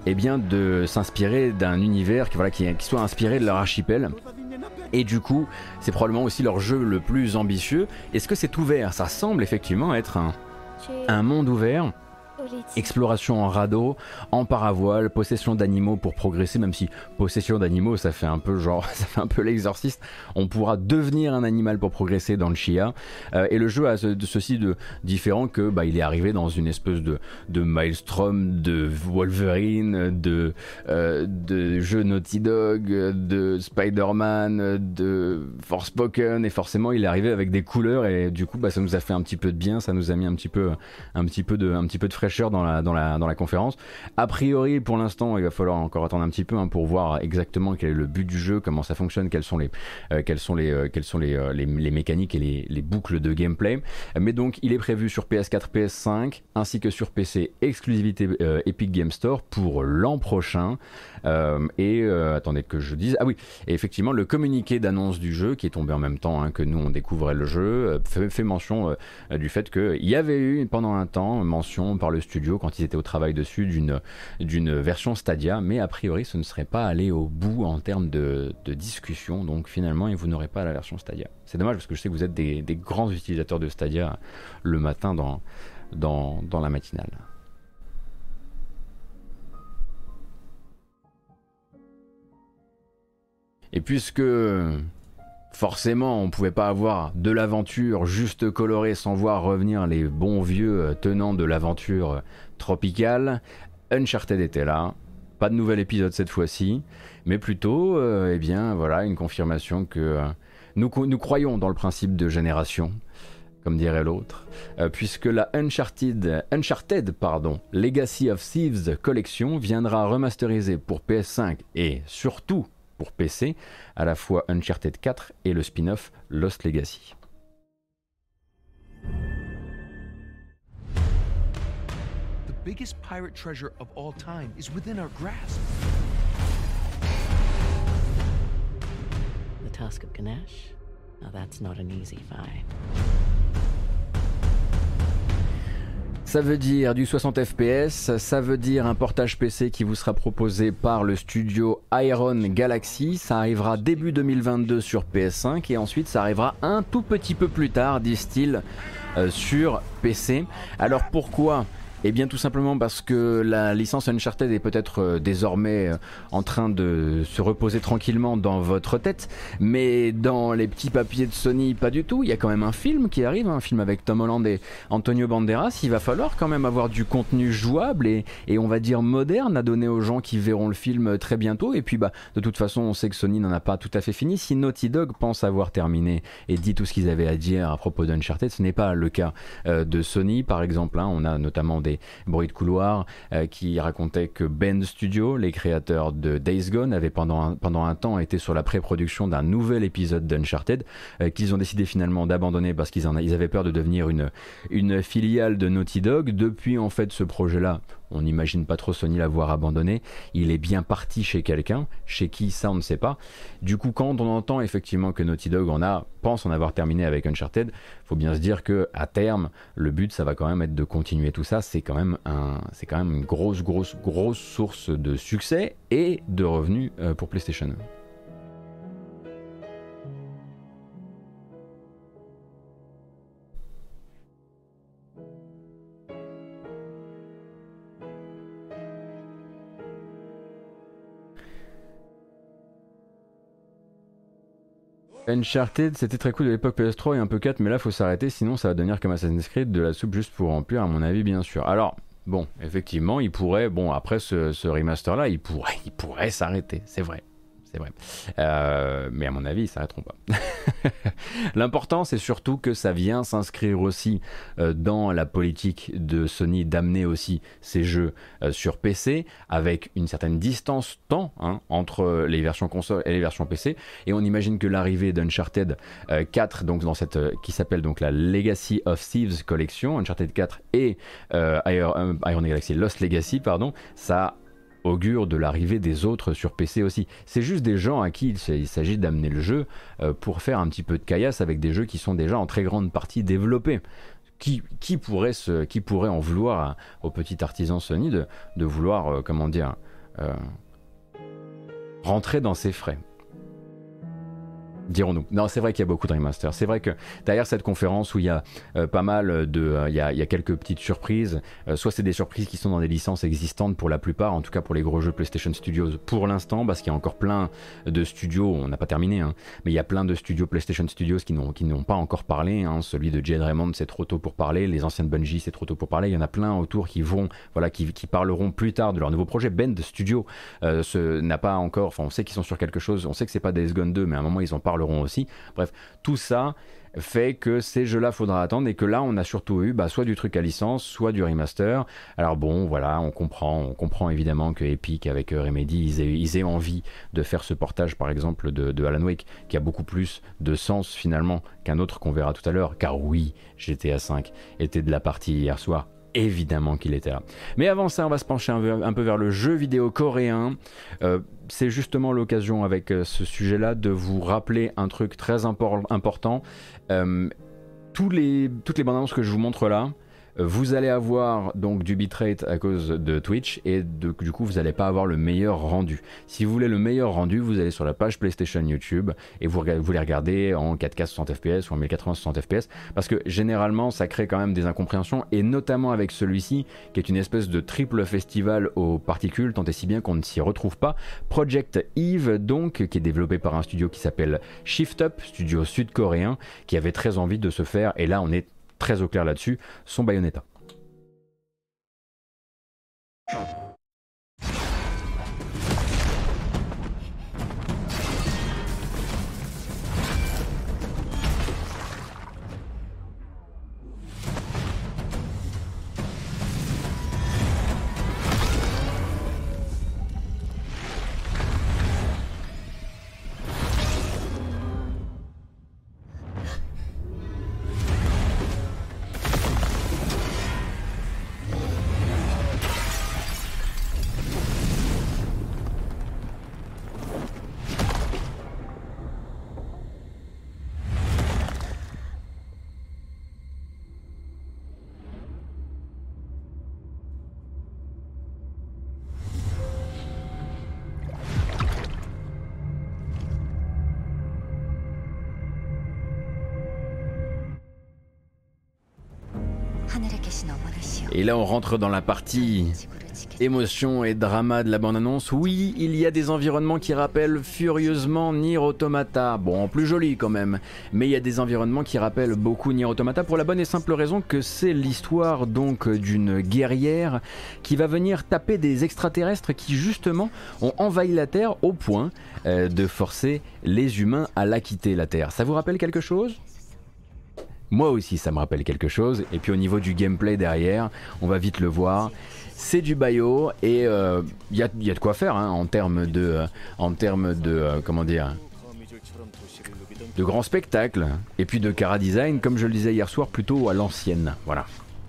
de s'inspirer d'un univers qui soit inspiré de leur archipel. Et du coup, c'est probablement aussi leur jeu le plus ambitieux. Est-ce que c'est ouvert? Ça semble effectivement être un monde ouvert. Exploration en radeau, en paravoile, possession d'animaux pour progresser, même si possession d'animaux ça fait un peu l'exorciste. On pourra devenir un animal pour progresser dans le Chia. Et le jeu a ceci de différent que il est arrivé dans une espèce de Maelstrom, de Wolverine, de jeux Naughty Dog, de Spider-Man, de Forspoken, et forcément il est arrivé avec des couleurs, et du coup ça nous a fait un petit peu de bien, ça nous a mis un petit peu de fraîcheur dans la conférence. A priori, pour l'instant, il va falloir encore attendre un petit peu pour voir exactement quel est le but du jeu, comment ça fonctionne, quelles sont les mécaniques et les boucles de gameplay. Mais donc, il est prévu sur PS4, PS5, ainsi que sur PC, exclusivité Epic Game Store pour l'an prochain. Attendez que je dise. Ah oui, et effectivement, le communiqué d'annonce du jeu, qui est tombé en même temps que nous on découvrait le jeu, fait mention du fait qu'il y avait eu pendant un temps mention par le studio quand ils étaient au travail dessus d'une version Stadia, mais a priori ce ne serait pas allé au bout en termes de discussion, donc finalement vous n'aurez pas la version Stadia. C'est dommage parce que je sais que vous êtes des grands utilisateurs de Stadia le matin dans la matinale. Et puisque forcément on pouvait pas avoir de l'aventure juste colorée sans voir revenir les bons vieux tenants de l'aventure tropicale, Uncharted était là. Pas de nouvel épisode cette fois-ci, mais plutôt une confirmation que nous croyons dans le principe de génération, comme dirait l'autre, puisque la Uncharted Legacy of Thieves Collection viendra remasteriser pour PS5 et surtout pour PC, à la fois Uncharted 4 et le spin-off Lost Legacy. The biggest pirate treasure of all time is within our grasp. The Tusk of Ganesh? Now that's not an easy find. Ça veut dire du 60 FPS, ça veut dire un portage PC qui vous sera proposé par le studio Iron Galaxy. Ça arrivera début 2022 sur PS5 et ensuite ça arrivera un tout petit peu plus tard, disent-ils, sur PC. Alors pourquoi Eh bien tout simplement parce que la licence Uncharted est peut-être désormais en train de se reposer tranquillement dans votre tête, mais dans les petits papiers de Sony pas du tout. Il y a quand même un film qui arrive, un film avec Tom Holland et Antonio Banderas. Il va falloir quand même avoir du contenu jouable et on va dire moderne à donner aux gens qui verront le film très bientôt. Et puis bah de toute façon on sait que Sony n'en a pas tout à fait fini. Si Naughty Dog pense avoir terminé et dit tout ce qu'ils avaient à dire à propos d'Uncharted, ce n'est pas le cas de Sony par exemple, hein. On a notamment des bruits de couloir qui racontaient que Bend Studio, les créateurs de Days Gone, avaient pendant un temps été sur la pré-production d'un nouvel épisode d'Uncharted qu'ils ont décidé finalement d'abandonner parce qu'ils avaient peur de devenir une filiale de Naughty Dog. Depuis en fait ce projet-là, on n'imagine pas trop Sony l'avoir abandonné, il est bien parti chez quelqu'un, chez qui ça on ne sait pas. Du coup quand on entend effectivement que Naughty Dog pense en avoir terminé avec Uncharted, faut bien se dire que à terme le but ça va quand même être de continuer tout ça. C'est quand même une grosse source de succès et de revenus pour PlayStation. Uncharted, c'était très cool de l'époque PS3 et un peu 4, mais là faut s'arrêter, sinon ça va devenir comme Assassin's Creed, de la soupe juste pour remplir, à mon avis, bien sûr. Alors, bon, effectivement, il pourrait, après ce remaster-là, il pourrait s'arrêter, c'est vrai. Mais à mon avis, ils s'arrêteront pas. L'important, c'est surtout que ça vient s'inscrire aussi dans la politique de Sony d'amener aussi ces jeux sur PC avec une certaine distance temps entre les versions console et les versions PC. Et on imagine que l'arrivée d'Uncharted 4, donc dans cette qui s'appelle donc la Legacy of Thieves Collection, Uncharted 4 et Iron Galaxy Lost Legacy, pardon, ça augure de l'arrivée des autres sur PC aussi. C'est juste des gens à qui il s'agit d'amener le jeu pour faire un petit peu de caillasse avec des jeux qui sont déjà en très grande partie développés. Qui pourrait en vouloir aux petits artisans Sony de vouloir, rentrer dans ses frais, dirons-nous. Non, c'est vrai qu'il y a beaucoup de remasters. C'est vrai que derrière cette conférence où il y a pas mal de... Il y a quelques petites surprises. Soit c'est des surprises qui sont dans des licences existantes pour la plupart, en tout cas pour les gros jeux PlayStation Studios pour l'instant, parce qu'il y a encore plein de studios, on n'a pas terminé, mais il y a plein de studios PlayStation Studios qui n'ont pas encore parlé. Celui de Jade Raymond, c'est trop tôt pour parler. Les anciennes Bungie, c'est trop tôt pour parler. Il y en a plein autour qui parleront plus tard de leur nouveau projet. Bend Studio n'a pas encore... Enfin, on sait qu'ils sont sur quelque chose. On sait que c'est pas Days Gone 2, mais à un moment, ils en parleront aussi. Bref, tout ça fait que ces jeux-là faudra attendre et que là on a surtout eu soit du truc à licence, soit du remaster. Alors bon, voilà, on comprend évidemment que Epic avec Remedy ils aient envie de faire ce portage par exemple de Alan Wake qui a beaucoup plus de sens finalement qu'un autre qu'on verra tout à l'heure, car oui, GTA 5 était de la partie hier soir. Évidemment qu'il était là. Mais avant ça, on va se pencher un peu vers le jeu vidéo coréen. C'est justement l'occasion avec ce sujet-là de vous rappeler un truc très important. Toutes les bandes annonces que je vous montre là, vous allez avoir donc du bitrate à cause de Twitch et du coup vous n'allez pas avoir le meilleur rendu. Si vous voulez le meilleur rendu, vous allez sur la page PlayStation YouTube et vous les regardez en 4K 60 fps ou en 1080 60 fps parce que généralement ça crée quand même des incompréhensions et notamment avec celui-ci qui est une espèce de triple festival aux particules tant et si bien qu'on ne s'y retrouve pas. Project Eve donc qui est développé par un studio qui s'appelle Shift Up, studio sud-coréen qui avait très envie de se faire et là on est très au clair là-dessus, son Bayonetta. Et là on rentre dans la partie émotion et drama de la bande-annonce. Oui, il y a des environnements qui rappellent furieusement Nier Automata. Bon, en plus joli quand même, mais il y a des environnements qui rappellent beaucoup Nier Automata pour la bonne et simple raison que c'est l'histoire donc d'une guerrière qui va venir taper des extraterrestres qui justement ont envahi la Terre au point de forcer les humains à la quitter la Terre. Ça vous rappelle quelque chose ? Moi aussi ça me rappelle quelque chose, et puis au niveau du gameplay derrière, on va vite le voir. C'est du Bayo et y a de quoi faire hein, en termes de comment dire, de grand spectacle et puis de chara design, comme je le disais hier soir, plutôt à l'ancienne. Voilà.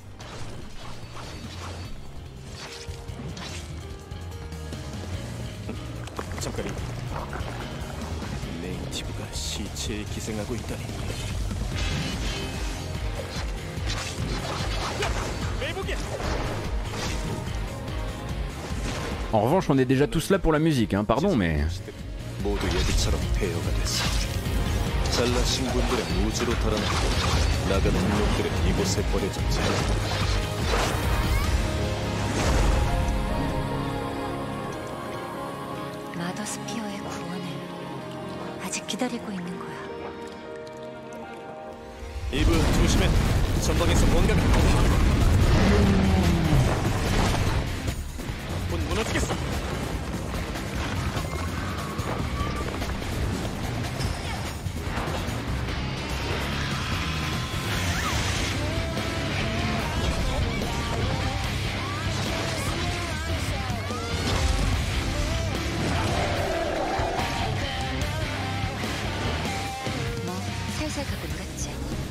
En revanche, on est déjà tous là pour la musique, hein, pardon, mais... 마더스피어의 구원을 아직 기다리고 있는 거야. 이브 조심해. 전방에서 뭔가가 곧 무너지겠어. 뭐 살살 가고 놀았지.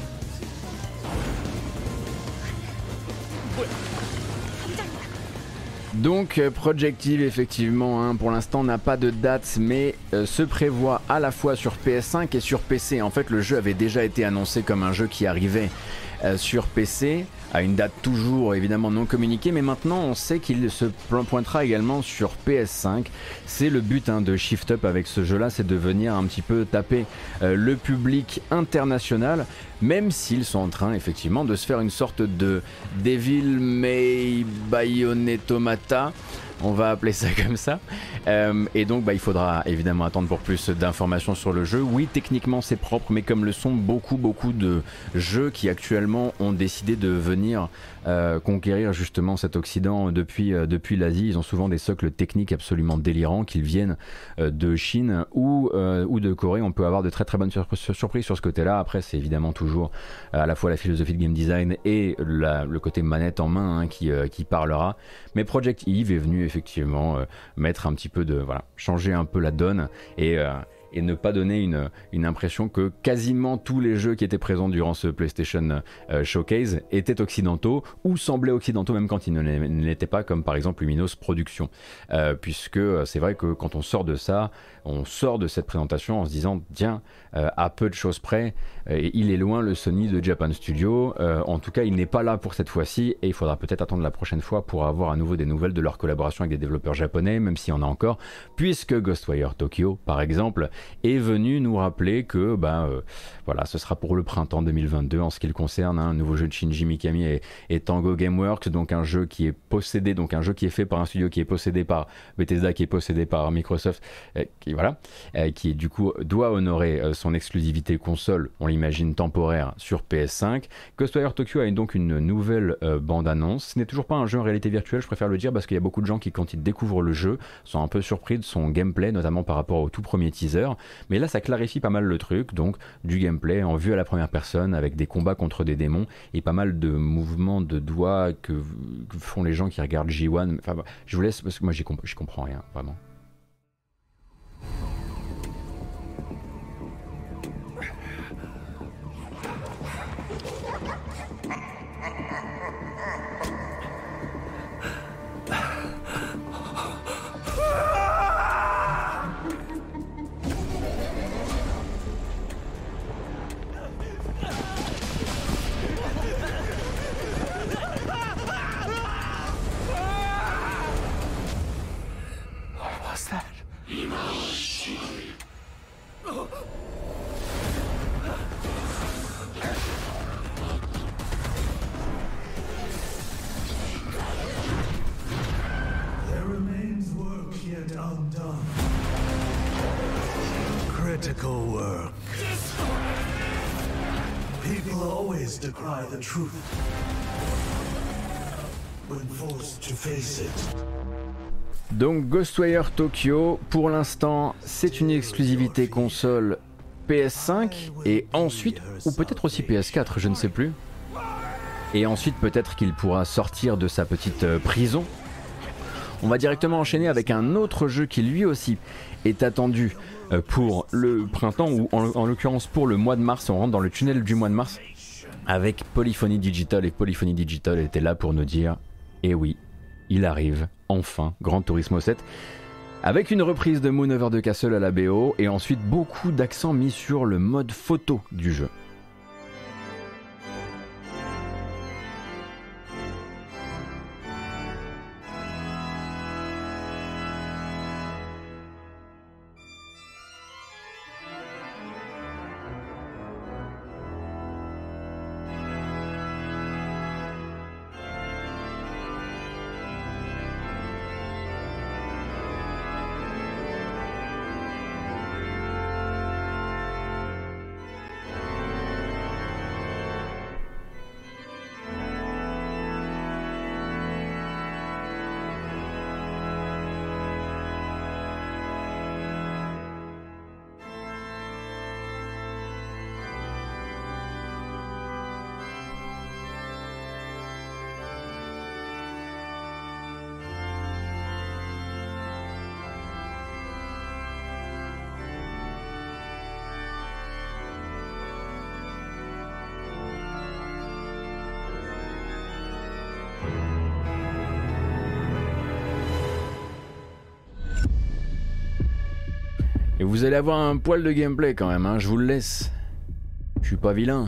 Donc Project Eve effectivement hein, pour l'instant n'a pas de date mais se prévoit à la fois sur PS5 et sur PC. En fait le jeu avait déjà été annoncé comme un jeu qui arrivait sur PC à une date toujours évidemment non communiquée, mais maintenant on sait qu'il se pointera également sur PS5. C'est le but hein, de Shift Up avec ce jeu là, c'est de venir un petit peu taper le public international, même s'ils sont en train effectivement de se faire une sorte de Devil May Bayonettomata, on va appeler ça comme ça, et donc il faudra évidemment attendre pour plus d'informations sur le jeu. Oui, techniquement c'est propre, mais comme le sont beaucoup de jeux qui actuellement ont décidé de venir conquérir justement cet Occident depuis l'Asie, ils ont souvent des socles techniques absolument délirants, qu'ils viennent de Chine ou de Corée. On peut avoir de très bonnes surprises sur ce côté-là. Après c'est évidemment toujours à la fois la philosophie de game design et le côté manette en main hein, qui parlera. Mais Project Eve est venu effectivement mettre un petit peu de changer un peu la donne et ne pas donner une impression que quasiment tous les jeux qui étaient présents durant ce PlayStation Showcase étaient occidentaux ou semblaient occidentaux même quand ils ne l'étaient pas, comme par exemple Luminos Productions, puisque c'est vrai que quand on sort de ça, on sort de cette présentation en se disant tiens, à peu de choses près, il est loin le Sony de Japan Studio, en tout cas il n'est pas là pour cette fois-ci et il faudra peut-être attendre la prochaine fois pour avoir à nouveau des nouvelles de leur collaboration avec des développeurs japonais, même s'il y en a encore, puisque Ghostwire Tokyo par exemple est venu nous rappeler que voilà, ce sera pour le printemps 2022 en ce qui le concerne, hein, un nouveau jeu de Shinji Mikami et Tango Gameworks, donc un jeu qui est possédé, donc un jeu qui est fait par un studio qui est possédé par Bethesda, qui est possédé par Microsoft, qui du coup doit honorer son exclusivité console, on l'imagine temporaire, sur PS5. Ghostwire Tokyo a donc une nouvelle bande-annonce. Ce n'est toujours pas un jeu en réalité virtuelle, je préfère le dire, parce qu'il y a beaucoup de gens qui, quand ils découvrent le jeu, sont un peu surpris de son gameplay, notamment par rapport au tout premier teaser. Mais là ça clarifie pas mal le truc, donc du gameplay en vue à la première personne avec des combats contre des démons et pas mal de mouvements de doigts que font les gens qui regardent J1. Enfin, je vous laisse parce que moi je comprends rien vraiment. Tactical work. People always decry the truth when forced to face it. Donc Ghostwire Tokyo, pour l'instant, c'est une exclusivité console PS5 et ensuite, ou peut-être aussi PS4, je ne sais plus. Et ensuite, peut-être qu'il pourra sortir de sa petite prison. On va directement enchaîner avec un autre jeu qui lui aussi est attendu pour le printemps, ou en l'occurrence pour le mois de mars. On rentre dans le tunnel du mois de mars avec Polyphony Digital, et Polyphony Digital était là pour nous dire eh oui, il arrive enfin, Gran Turismo 7, avec une reprise de Moon Over the Castle à la BO et ensuite beaucoup d'accent mis sur le mode photo du jeu. Et vous allez avoir un poil de gameplay quand même, hein, je vous le laisse. Je suis pas vilain.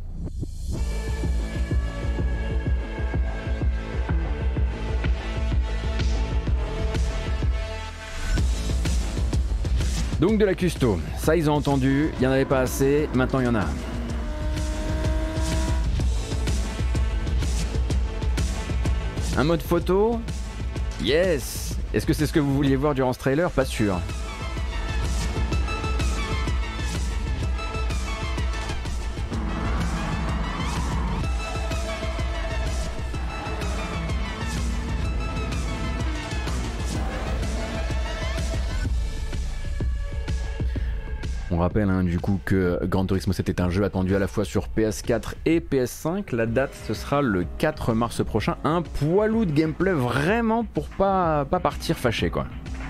Donc de la custo, ça ils ont entendu, il n'y en avait pas assez, maintenant il y en a. Un mode photo? Yes! Est-ce que c'est ce que vous vouliez voir durant ce trailer? Pas sûr. On rappelle du coup que Gran Turismo 7 est un jeu attendu à la fois sur PS4 et PS5. La date ce sera le 4 mars prochain. Un poilou de gameplay vraiment pour pas partir fâché quoi.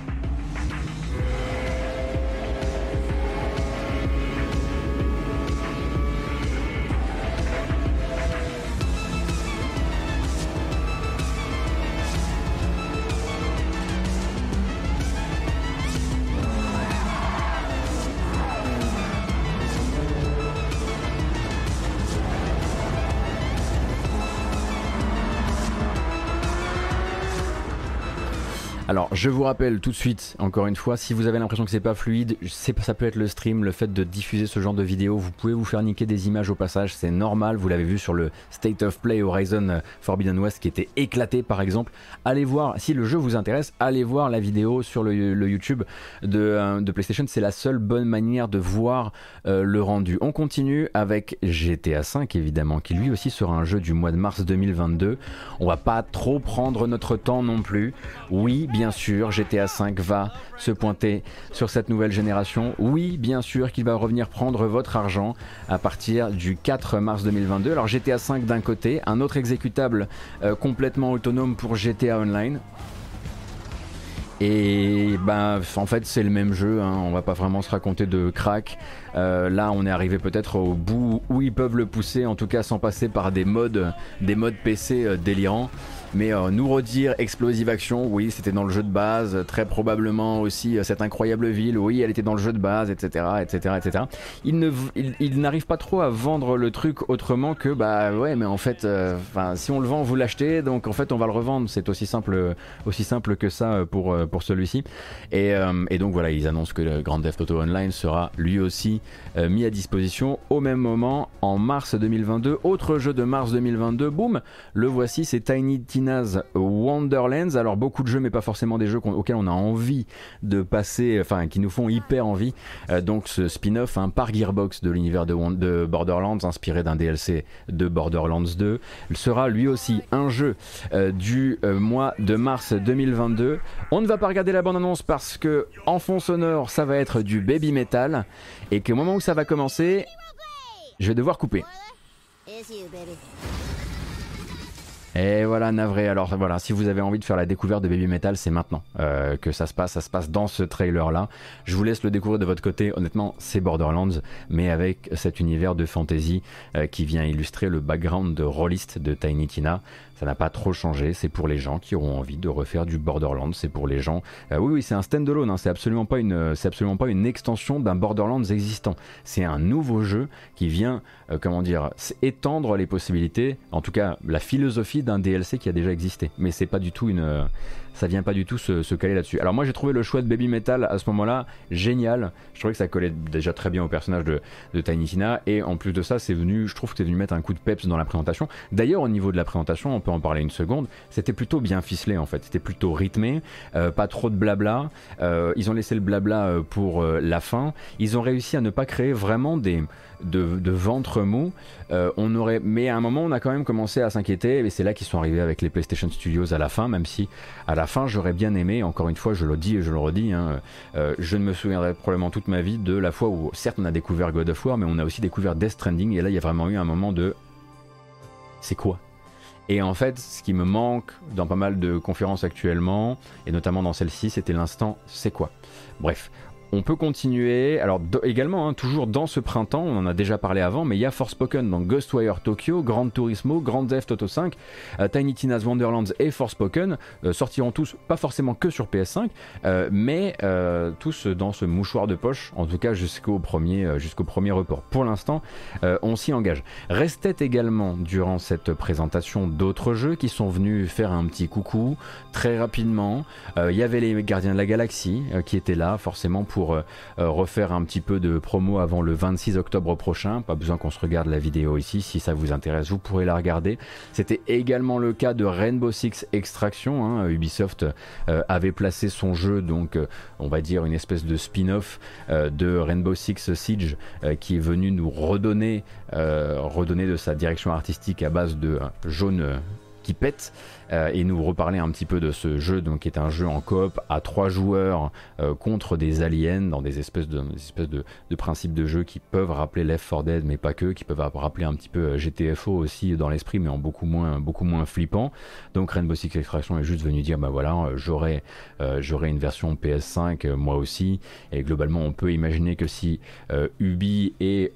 Alors je vous rappelle tout de suite, encore une fois, si vous avez l'impression que c'est pas fluide, ça peut être le stream, le fait de diffuser ce genre de vidéo, vous pouvez vous faire niquer des images au passage, c'est normal, vous l'avez vu sur le State of Play Horizon Forbidden West qui était éclaté par exemple. Allez voir, si le jeu vous intéresse, allez voir la vidéo sur le YouTube de PlayStation, c'est la seule bonne manière de voir le rendu. On continue avec GTA 5 évidemment, qui lui aussi sera un jeu du mois de mars 2022. On va pas trop prendre notre temps non plus. Oui, bien sûr, GTA 5 va se pointer sur cette nouvelle génération. Oui, bien sûr qu'il va revenir prendre votre argent à partir du 4 mars 2022. Alors GTA 5 d'un côté, un autre exécutable complètement autonome pour GTA Online. Et en fait c'est le même jeu, hein, on va pas vraiment se raconter de crack. Là on est arrivé peut-être au bout où ils peuvent le pousser, en tout cas sans passer par des modes PC délirants. Mais nous redire Explosive Action, oui c'était dans le jeu de base, très probablement aussi cette incroyable ville, oui elle était dans le jeu de base, etc. etc., etc. Il n'arrive pas trop à vendre le truc autrement que ouais mais en fait si on le vend vous l'achetez, donc en fait on va le revendre, c'est aussi simple que ça pour celui-ci. Et donc voilà, ils annoncent que le Grand Theft Auto Online sera lui aussi mis à disposition au même moment en mars 2022. Autre jeu de mars 2022, boum, le voici, c'est Tiny Tina Tina's Wonderlands. Alors beaucoup de jeux, mais pas forcément des jeux auxquels on a envie de passer, enfin qui nous font hyper envie. Donc ce spin-off par Gearbox de l'univers de Borderlands, inspiré d'un DLC de Borderlands 2, sera lui aussi un jeu du mois de mars 2022. On ne va pas regarder la bande-annonce parce que en fond sonore ça va être du baby metal et qu'au moment où ça va commencer, je vais devoir couper. Et voilà, navré. Alors voilà, si vous avez envie de faire la découverte de Baby Metal, c'est maintenant que ça se passe dans ce trailer là. Je vous laisse le découvrir de votre côté. Honnêtement, c'est Borderlands, mais avec cet univers de fantasy qui vient illustrer le background de rôliste de Tiny Tina. Ça n'a pas trop changé, c'est pour les gens qui auront envie de refaire du Borderlands, c'est pour les gens... oui, c'est un stand-alone, c'est absolument pas une extension d'un Borderlands existant. C'est un nouveau jeu qui vient, étendre les possibilités, en tout cas la philosophie d'un DLC qui a déjà existé. Mais c'est pas du tout ça vient pas du tout se caler là-dessus. Alors moi j'ai trouvé le choix de Baby Metal à ce moment-là génial. Je trouvais que ça collait déjà très bien au personnage de Tiny Tina, et en plus de ça je trouve que c'est venu mettre un coup de peps dans la présentation. D'ailleurs au niveau de la présentation, on peut en parler une seconde, c'était plutôt bien ficelé en fait, c'était plutôt rythmé, pas trop de blabla, ils ont laissé le blabla pour la fin, ils ont réussi à ne pas créer vraiment de ventre mou. Mais à un moment on a quand même commencé à s'inquiéter, et c'est là qu'ils sont arrivés avec les PlayStation Studios à la fin, même si à la fin j'aurais bien aimé, encore une fois je le dis et je le redis, je ne me souviendrai probablement toute ma vie de la fois où certes on a découvert God of War, mais on a aussi découvert Death Stranding, et là il y a vraiment eu un moment de c'est quoi? Et en fait, ce qui me manque dans pas mal de conférences actuellement, et notamment dans celle-ci, c'était l'instant c'est quoi? Bref. On peut continuer, alors également, toujours dans ce printemps, on en a déjà parlé avant, mais il y a Forspoken dans Ghostwire Tokyo, Gran Turismo, Grand Theft Auto 5, Tiny Tina's Wonderlands et Forspoken sortiront tous, pas forcément que sur PS5, mais tous dans ce mouchoir de poche, en tout cas jusqu'au premier report. Pour l'instant, on s'y engage. Restait également durant cette présentation d'autres jeux qui sont venus faire un petit coucou très rapidement. Il y avait les Gardiens de la Galaxie qui étaient là forcément pour refaire un petit peu de promo avant le 26 octobre prochain. Pas besoin qu'on se regarde la vidéo ici, si ça vous intéresse vous pourrez la regarder. C'était également le cas de Rainbow Six Extraction, Ubisoft avait placé son jeu, donc on va dire une espèce de spin-off de Rainbow Six Siege qui est venu nous redonner de sa direction artistique à base de jaune qui pète, et nous reparler un petit peu de ce jeu, donc qui est un jeu en coop à 3 joueurs contre des aliens dans des espèces de principes de jeu qui peuvent rappeler Left 4 Dead, mais pas que, qui peuvent rappeler un petit peu GTFO aussi dans l'esprit, mais en beaucoup moins flippant. Donc Rainbow Six Extraction est juste venu dire bah voilà, j'aurai une version PS5 moi aussi, et globalement on peut imaginer que si Ubi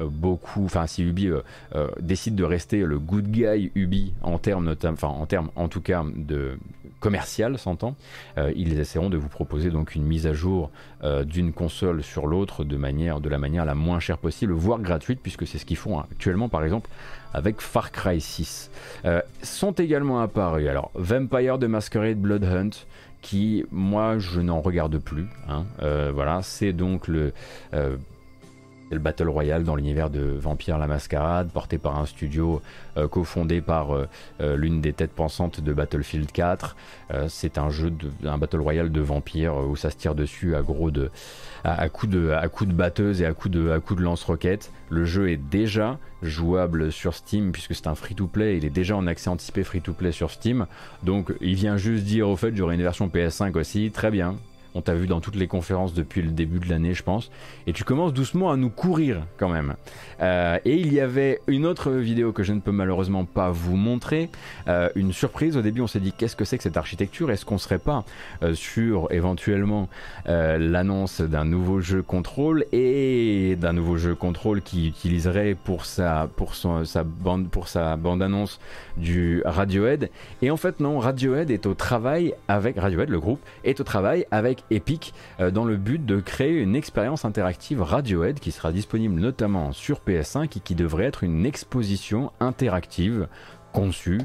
décide de rester le good guy Ubi en termes en tout cas de commercial, s'entend, ils essaieront de vous proposer donc une mise à jour d'une console sur l'autre de la manière la moins chère possible, voire gratuite, puisque c'est ce qu'ils font actuellement par exemple avec Far Cry 6. Sont également apparus alors Vampire the Masquerade Bloodhunt, qui moi je n'en regarde plus, voilà, c'est donc le Battle Royale dans l'univers de Vampire la Mascarade, porté par un studio cofondé par l'une des têtes pensantes de Battlefield 4. C'est un Battle Royale de vampires où ça se tire dessus à coups de batteuse et à coups de lance-roquettes. Le jeu est déjà jouable sur Steam puisque c'est un free-to-play, il est déjà en accès anticipé free-to-play sur Steam. Donc il vient juste dire au fait j'aurai une version PS5 aussi, très bien. On t'a vu dans toutes les conférences depuis le début de l'année, je pense. Et tu commences doucement à nous courir quand même. Et il y avait une autre vidéo que je ne peux malheureusement pas vous montrer. Une surprise. Au début, on s'est dit qu'est-ce que c'est que cette architecture? Est-ce qu'on serait pas sur éventuellement l'annonce d'un nouveau jeu Control, et d'un nouveau jeu Control qui utiliserait pour sa bande-annonce du Radiohead? Et en fait non, Radiohead, le groupe, est au travail avec Epic dans le but de créer une expérience interactive Radiohead qui sera disponible notamment sur PS5 et qui devrait être une exposition interactive conçue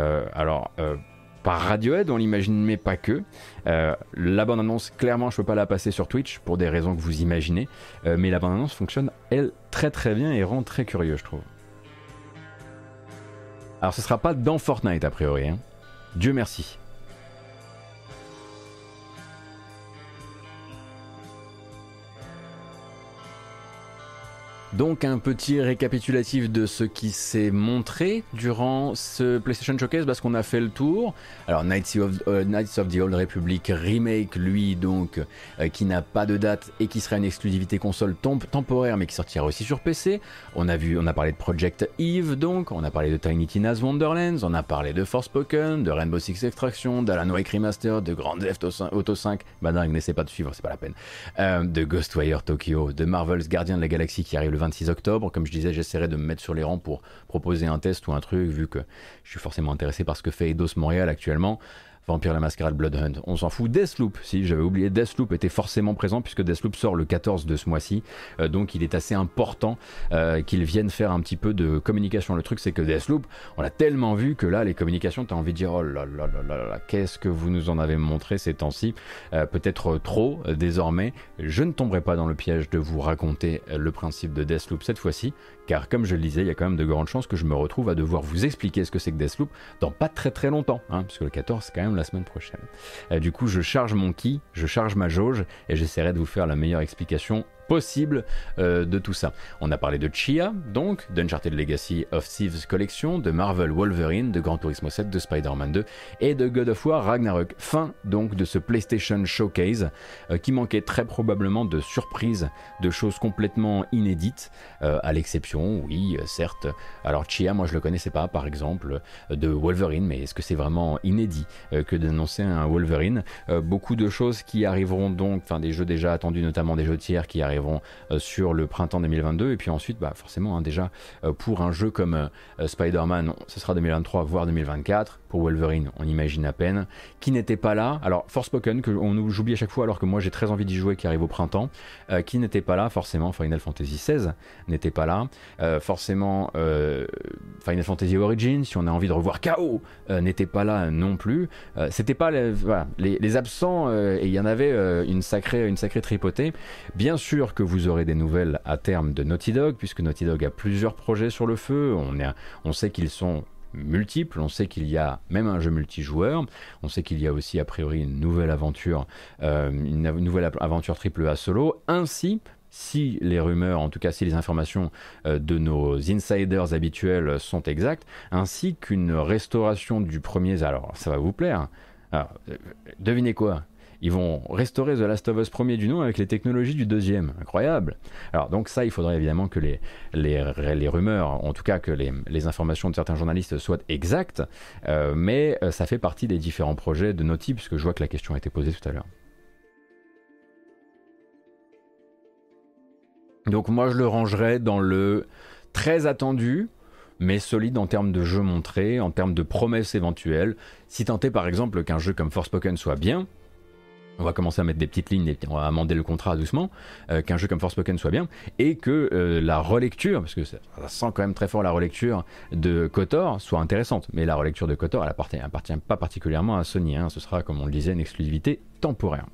par Radiohead, on l'imagine, mais pas que. La bande-annonce, clairement, je peux pas la passer sur Twitch pour des raisons que vous imaginez, mais la bande-annonce fonctionne, elle, très très bien et rend très curieux, je trouve. Alors, ce sera pas dans Fortnite, a priori, Dieu merci. Donc un petit récapitulatif de ce qui s'est montré durant ce PlayStation Showcase parce qu'on a fait le tour. Alors Knights of the Old Republic Remake, lui donc, qui n'a pas de date et qui sera une exclusivité console temporaire mais qui sortira aussi sur PC. On a parlé de Project Eve donc, on a parlé de Tiny Tina's Wonderlands, on a parlé de Forspoken, de Rainbow Six Extraction, d'Alan Wake Remastered, de Grand Theft Auto 5, bah non, n'essaie pas de suivre, c'est pas la peine, de Ghostwire Tokyo, de Marvel's Guardian de la Galaxie qui arrive le 26 octobre. Comme je disais, j'essaierai de me mettre sur les rangs pour proposer un test ou un truc, vu que je suis forcément intéressé par ce que fait Eidos Montréal actuellement. Vampire la Mascarade Blood Hunt, on s'en fout. Deathloop, si j'avais oublié, Deathloop était forcément présent puisque Deathloop sort le 14 de ce mois-ci, donc il est assez important qu'ils viennent faire un petit peu de communication. Le truc c'est que Deathloop, on l'a tellement vu que là les communications, t'as envie de dire oh là là là là là, qu'est-ce que vous nous en avez montré ces temps-ci, peut-être trop désormais. Je ne tomberai pas dans le piège de vous raconter le principe de Deathloop cette fois-ci, car comme je le disais, il y a quand même de grandes chances que je me retrouve à devoir vous expliquer ce que c'est que Deathloop dans pas très très longtemps, hein, puisque le 14 c'est quand même la semaine prochaine. Du coup, je charge mon ki, je charge ma jauge et j'essaierai de vous faire la meilleure explication possible de tout ça. On a parlé de Chia, donc, d'Uncharted Legacy of Thieves Collection, de Marvel Wolverine, de Gran Turismo 7, de Spider-Man 2 et de God of War Ragnarok. Fin donc de ce PlayStation Showcase qui manquait très probablement de surprises, de choses complètement inédites, à l'exception, oui, certes. Alors Chia, moi je le connaissais pas, par exemple, de Wolverine, mais est-ce que c'est vraiment inédit que d'annoncer un Wolverine? Beaucoup de choses qui arriveront donc, enfin des jeux déjà attendus, notamment des jeux tiers qui arriveront sur le printemps 2022 et puis ensuite bah forcément hein, déjà pour un jeu comme Spider-Man ce sera 2023 voire 2024. Pour Wolverine on imagine à peine, qui n'était pas là. Alors Forspoken que j'oublie à chaque fois alors que moi j'ai très envie d'y jouer, qui arrive au printemps, qui n'était pas là forcément. Final Fantasy XVI n'était pas là forcément, Final Fantasy Origins si on a envie de revoir KO n'était pas là non plus. C'était pas voilà, les absents et il y en avait une sacrée tripotée. Bien sûr que vous aurez des nouvelles à terme de Naughty Dog, puisque Naughty Dog a plusieurs projets sur le feu. On sait qu'ils sont multiples, on sait qu'il y a même un jeu multijoueur, on sait qu'il y a aussi a priori une nouvelle aventure triple A solo, ainsi, si les rumeurs, en tout cas si les informations de nos insiders habituels sont exactes, ainsi qu'une restauration du premier. Alors ça va vous plaire, alors, devinez quoi? Ils vont restaurer The Last of Us premier du nom avec les technologies du deuxième. Incroyable. Alors donc ça, il faudrait évidemment que les rumeurs, en tout cas que les informations de certains journalistes soient exactes, mais ça fait partie des différents projets de Naughty, puisque je vois que la question a été posée tout à l'heure. Donc moi je le rangerais dans le très attendu, mais solide en termes de jeux montrés, en termes de promesses éventuelles. Si tant est par exemple qu'un jeu comme Forspoken soit bien, on va commencer à mettre des petites lignes, on va amender le contrat doucement, qu'un jeu comme Forspoken soit bien, et que la relecture, parce que ça sent quand même très fort la relecture de KOTOR, soit intéressante. Mais la relecture de KOTOR, elle appartient pas particulièrement à Sony, hein. Ce sera, comme on le disait, une exclusivité temporaire.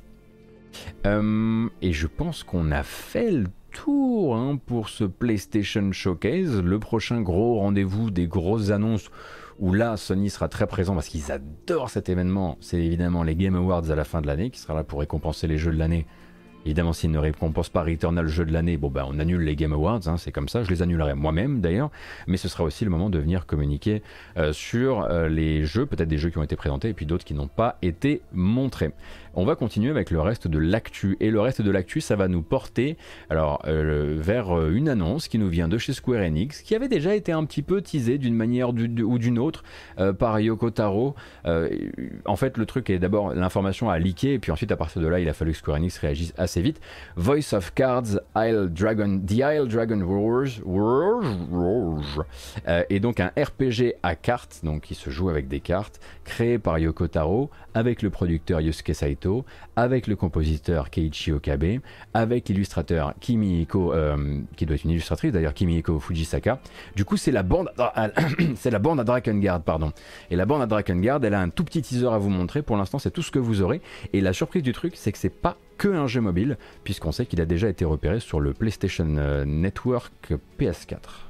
Et je pense qu'on a fait le tour hein, pour ce PlayStation Showcase. Le prochain gros rendez-vous des grosses annonces, où là Sony sera très présent parce qu'ils adorent cet événement, c'est évidemment les Game Awards à la fin de l'année, qui sera là pour récompenser les jeux de l'année. Évidemment, s'ils ne récompensent pas Returnal jeu de l'année, bon ben on annule les Game Awards, hein, c'est comme ça, je les annulerai moi-même d'ailleurs, mais ce sera aussi le moment de venir communiquer sur les jeux, peut-être des jeux qui ont été présentés et puis d'autres qui n'ont pas été montrés. On va continuer avec le reste de l'actu, et le reste de l'actu, ça va nous porter alors vers une annonce qui nous vient de chez Square Enix, qui avait déjà été un petit peu teasée d'une manière ou d'une autre par Yoko Taro. En fait, le truc est d'abord, l'information a leaké, et puis ensuite à partir de là, il a fallu que Square Enix réagisse assez vite. Voice of Cards, The Isle Dragon Wars, et donc un RPG à cartes, donc qui se joue avec des cartes, créé par Yoko Taro, avec le producteur Yosuke Saito, avec le compositeur Keiichi Okabe, avec l'illustrateur Kimihiko, qui doit être une illustratrice d'ailleurs, Kimihiko Fujisaka. Du coup, c'est la bande à Drakengard, pardon. Et la bande à Drakengard, elle a un tout petit teaser à vous montrer. Pour l'instant, c'est tout ce que vous aurez. Et la surprise du truc, c'est que c'est pas que un jeu mobile, puisqu'on sait qu'il a déjà été repéré sur le PlayStation Network PS4.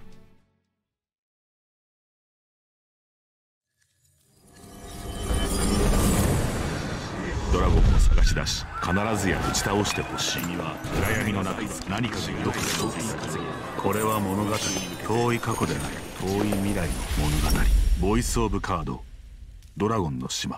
探し出し必ずや打ち倒してほしい。君は暗闇の中何かがよく想像する。これは物語、遠い過去でない遠い未来の物語。ボイスオブカード、ドラゴンの島。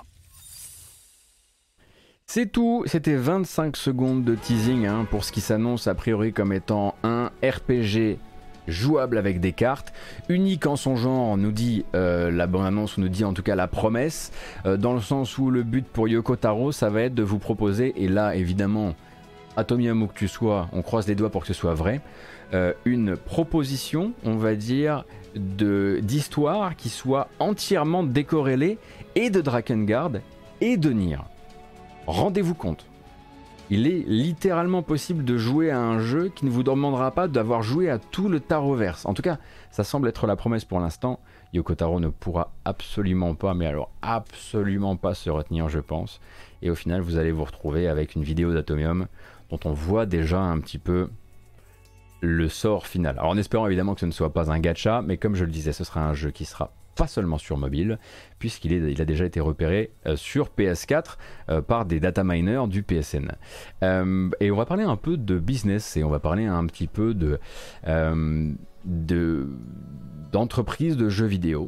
C'est tout, c'était 25 secondes de teasing hein, pour ce qui s'annonce a priori comme étant un RPG jouable avec des cartes, unique en son genre, nous dit la bande-annonce, nous dit en tout cas la promesse, dans le sens où le but pour Yoko Taro, ça va être de vous proposer, et là évidemment, Atomium où que tu sois, on croise les doigts pour que ce soit vrai, une proposition, on va dire, d'histoire qui soit entièrement décorrélée et de Drakengard et de Nier. Rendez-vous compte, il est littéralement possible de jouer à un jeu qui ne vous demandera pas d'avoir joué à tout le Taroverse. En tout cas, ça semble être la promesse pour l'instant. Yoko Taro ne pourra absolument pas, mais alors absolument pas se retenir, je pense. Et au final, vous allez vous retrouver avec une vidéo d'Atomium dont on voit déjà un petit peu le sort final. Alors en espérant évidemment que ce ne soit pas un gacha, mais comme je le disais, ce sera un jeu qui sera pas seulement sur mobile, puisqu'il a déjà été repéré sur PS4 par des data miners du PSN. Et on va parler un peu de business, et on va parler un petit peu d'entreprise de jeux vidéo,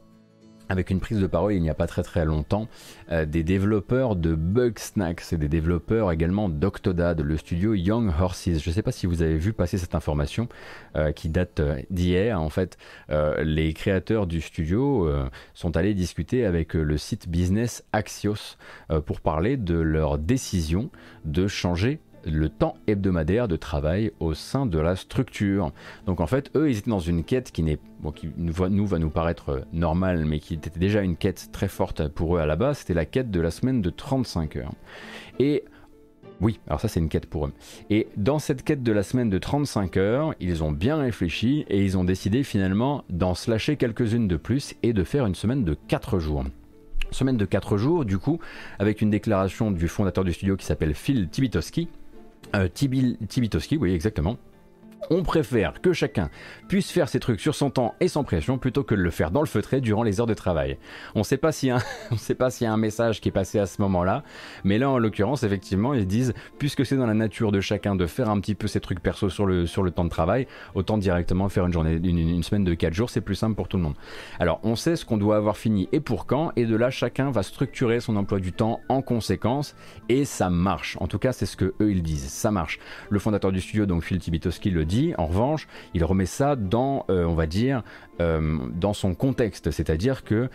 avec une prise de parole il n'y a pas très longtemps des développeurs de Bugsnax et des développeurs également d'Octodad, le studio Young Horses. Je ne sais pas si vous avez vu passer cette information qui date d'hier. En fait, les créateurs du studio sont allés discuter avec le site business Axios pour parler de leur décision de changer le temps hebdomadaire de travail au sein de la structure. Donc en fait, eux, ils étaient dans une quête qui va nous paraître normale, mais qui était déjà une quête très forte pour eux à la base. C'était la quête de la semaine de 35 heures. Et oui, alors ça c'est une quête pour eux. Et dans cette quête de la semaine de 35 heures, ils ont bien réfléchi et ils ont décidé finalement d'en slasher quelques-unes de plus et de faire une semaine de 4 jours. Semaine de 4 jours, du coup, avec une déclaration du fondateur du studio qui s'appelle Phil Tibitowski. Tibitowski, oui exactement. On préfère que chacun puisse faire ses trucs sur son temps et sans pression plutôt que de le faire dans le feutré durant les heures de travail. On ne sait pas s'il y a un message qui est passé à ce moment-là, mais là en l'occurrence effectivement ils disent puisque c'est dans la nature de chacun de faire un petit peu ses trucs perso sur le temps de travail, autant directement faire une semaine de 4 jours, c'est plus simple pour tout le monde. Alors on sait ce qu'on doit avoir fini et pour quand, et de là chacun va structurer son emploi du temps en conséquence et ça marche. En tout cas c'est ce que eux ils disent, ça marche. Le fondateur du studio donc Phil Tibitowski le dit. En revanche, il remet ça dans, on va dire, dans son contexte, c'est-à-dire que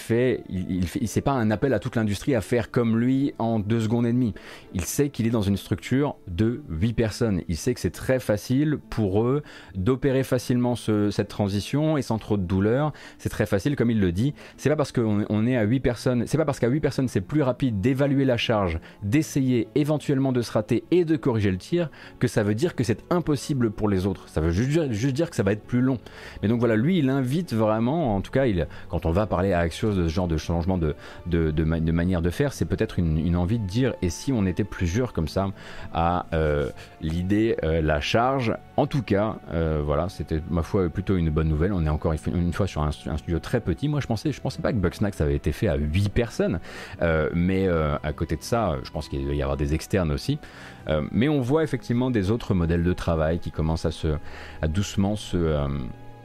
c'est pas un appel à toute l'industrie à faire comme lui en 2 secondes et demie. Il sait qu'il est dans une structure de 8 personnes. Il sait que c'est très facile pour eux d'opérer facilement cette transition et sans trop de douleur. C'est très facile, comme il le dit. C'est pas parce qu'on est à 8 personnes, c'est pas parce qu'à 8 personnes c'est plus rapide d'évaluer la charge, d'essayer éventuellement de se rater et de corriger le tir, que ça veut dire que c'est impossible pour les autres. Ça veut juste dire que ça va être plus long. Mais donc voilà, lui il invite vraiment, en tout cas quand on va parler à Axios de ce genre de changement de manière de faire, c'est peut-être une envie de dire et si on était plusieurs comme ça à l'idée, la charge. En tout cas voilà, c'était ma foi plutôt une bonne nouvelle. On est encore une fois sur un studio très petit. Moi je pensais pas que Bugsnax avait été fait à 8 personnes, mais à côté de ça je pense qu'il doit y avoir des externes aussi. Mais on voit effectivement des autres modèles de travail qui commencent à doucement se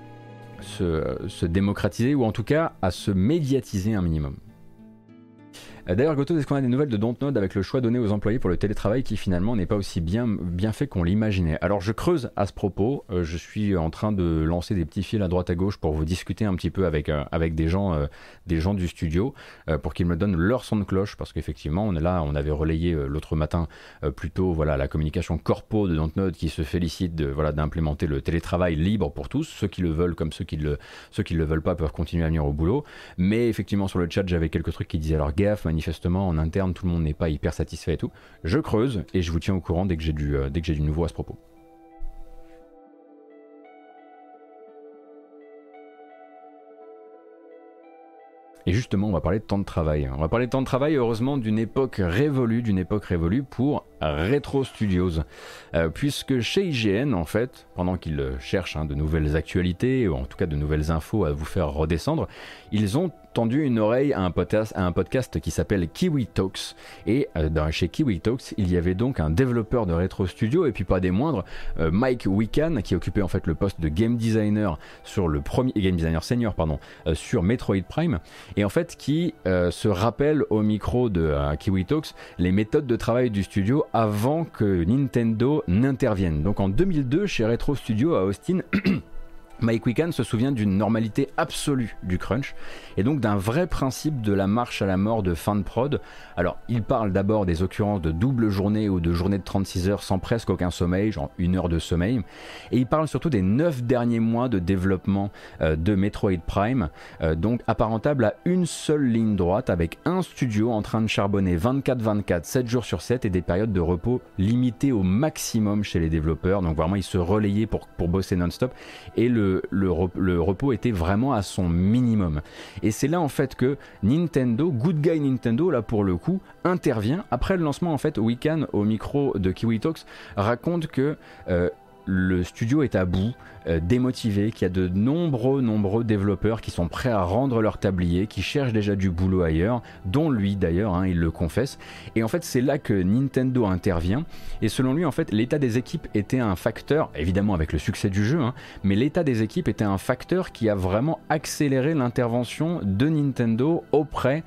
démocratiser ou en tout cas à se médiatiser un minimum. D'ailleurs, Goto, est-ce qu'on a des nouvelles de Dontnod avec le choix donné aux employés pour le télétravail qui finalement n'est pas aussi bien fait qu'on l'imaginait? Alors je creuse à ce propos, je suis en train de lancer des petits fils à droite à gauche pour vous discuter un petit peu avec des gens du studio pour qu'ils me donnent leur son de cloche, parce qu'effectivement on avait relayé l'autre matin plutôt voilà, la communication corpo de Dontnod qui se félicite d'implémenter le télétravail libre pour tous, ceux qui le veulent comme ceux qui le veulent pas peuvent continuer à venir au boulot. Mais effectivement sur le chat j'avais quelques trucs qui disaient alors gaffe, manifestement en interne tout le monde n'est pas hyper satisfait et tout. Je creuse et je vous tiens au courant dès que j'ai du nouveau à ce propos. Et justement, on va parler de temps de travail. On va parler de temps de travail, heureusement, d'une époque révolue pour Retro Studios. Puisque chez IGN, en fait, pendant qu'ils cherchent de nouvelles actualités, ou en tout cas de nouvelles infos à vous faire redescendre, ils ont tendu une oreille à un podcast qui s'appelle Kiwi Talks. Et chez Kiwi Talks, il y avait donc un développeur de Retro Studio, et puis pas des moindres, Mike Wican, qui occupait en fait le poste de game designer sur le premier game designer senior, sur Metroid Prime, et en fait qui se rappelle au micro de Kiwi Talks les méthodes de travail du studio avant que Nintendo n'intervienne. Donc en 2002, chez Retro Studio à Austin, Mike Wican se souvient d'une normalité absolue du crunch et donc d'un vrai principe de la marche à la mort de fin de prod. Alors il parle d'abord des occurrences de double journée ou de journée de 36 heures sans presque aucun sommeil, genre 1 heure de sommeil, et il parle surtout des 9 derniers mois de développement de Metroid Prime, donc apparentable à une seule ligne droite avec un studio en train de charbonner 24/24, 7 jours sur 7 et des périodes de repos limitées au maximum chez les développeurs, donc vraiment ils se relayaient pour bosser non-stop, et le repos était vraiment à son minimum. Et c'est là en fait que Nintendo, Good Guy Nintendo, là pour le coup, intervient. Après le lancement, en fait, Wican, au micro de Kiwi Talks, raconte que le studio est à bout, démotivé, qu'il y a de nombreux développeurs qui sont prêts à rendre leur tablier, qui cherchent déjà du boulot ailleurs, dont lui d'ailleurs, il le confesse. Et en fait c'est là que Nintendo intervient, et selon lui en fait l'état des équipes était un facteur, évidemment avec le succès du jeu, mais l'état des équipes était un facteur qui a vraiment accéléré l'intervention de Nintendo auprès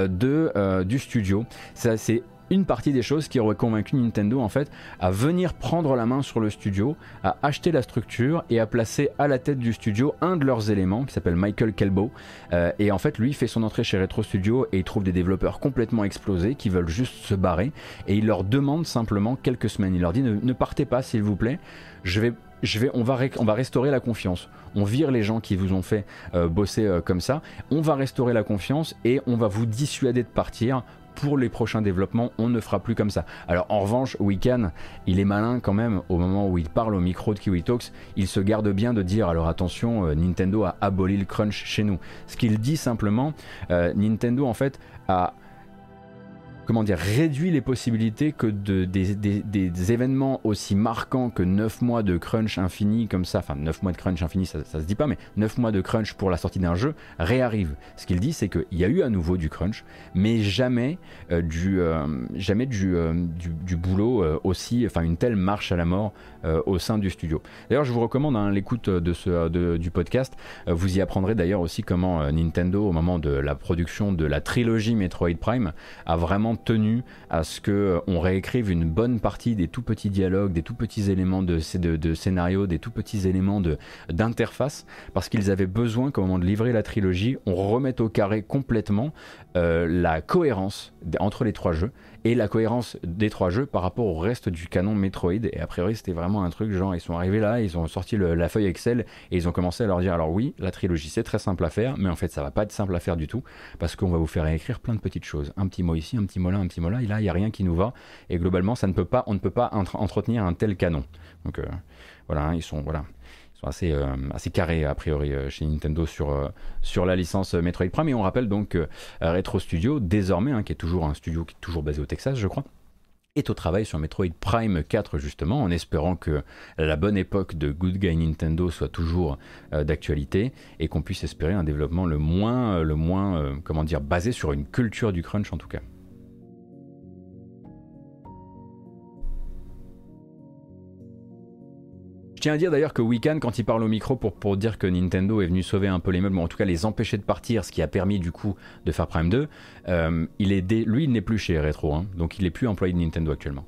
du studio. Ça, c'est une partie des choses qui aurait convaincu Nintendo en fait à venir prendre la main sur le studio, à acheter la structure et à placer à la tête du studio un de leurs éléments qui s'appelle Michael Kelbo, et en fait lui fait son entrée chez Retro Studio et il trouve des développeurs complètement explosés qui veulent juste se barrer, et il leur demande simplement quelques semaines. Il leur dit ne partez pas s'il vous plaît, on va restaurer la confiance. On vire les gens qui vous ont fait bosser comme ça, on va restaurer la confiance et on va vous dissuader de partir. Pour les prochains développements, on ne fera plus comme ça. Alors en revanche, Wican, il est malin quand même, au moment où il parle au micro de Kiwi Talks, il se garde bien de dire, alors attention, Nintendo a aboli le crunch chez nous. Ce qu'il dit simplement, Nintendo en fait a réduit les possibilités que des événements aussi marquants que 9 mois de crunch infini comme ça, enfin 9 mois de crunch infini ça se dit pas, mais 9 mois de crunch pour la sortie d'un jeu réarrivent. Ce qu'il dit c'est qu'il y a eu à nouveau du crunch, mais jamais du boulot aussi, enfin une telle marche à la mort au sein du studio. D'ailleurs je vous recommande l'écoute du podcast, vous y apprendrez d'ailleurs aussi comment Nintendo au moment de la production de la trilogie Metroid Prime a vraiment tenu à ce qu'on réécrive une bonne partie des tout petits dialogues, des tout petits éléments de scénario, des tout petits éléments d'interface, parce qu'ils avaient besoin qu'au moment de livrer la trilogie, on remette au carré complètement la cohérence entre les 3 jeux et la cohérence des 3 jeux par rapport au reste du canon Metroid. Et a priori c'était vraiment un truc genre ils sont arrivés là, ils ont sorti la feuille Excel et ils ont commencé à leur dire alors oui, la trilogie c'est très simple à faire, mais en fait ça va pas être simple à faire du tout parce qu'on va vous faire écrire plein de petites choses, un petit mot ici, un petit mot là, un petit mot là, et là il n'y a rien qui nous va, et globalement on ne peut pas entretenir un tel canon. Donc voilà, ils sont assez carrés a priori chez Nintendo sur la licence Metroid Prime. Et on rappelle donc que Retro Studio désormais, qui est toujours un studio qui est toujours basé au Texas je crois, est au travail sur Metroid Prime 4 justement, en espérant que la bonne époque de Good Guy Nintendo soit toujours d'actualité et qu'on puisse espérer un développement le moins basé sur une culture du crunch en tout cas. Je tiens à dire d'ailleurs que Wican, quand il parle au micro pour dire que Nintendo est venu sauver un peu les meubles, ou en tout cas les empêcher de partir, ce qui a permis du coup de faire Prime 2, lui il n'est plus chez Retro, donc il n'est plus employé de Nintendo actuellement.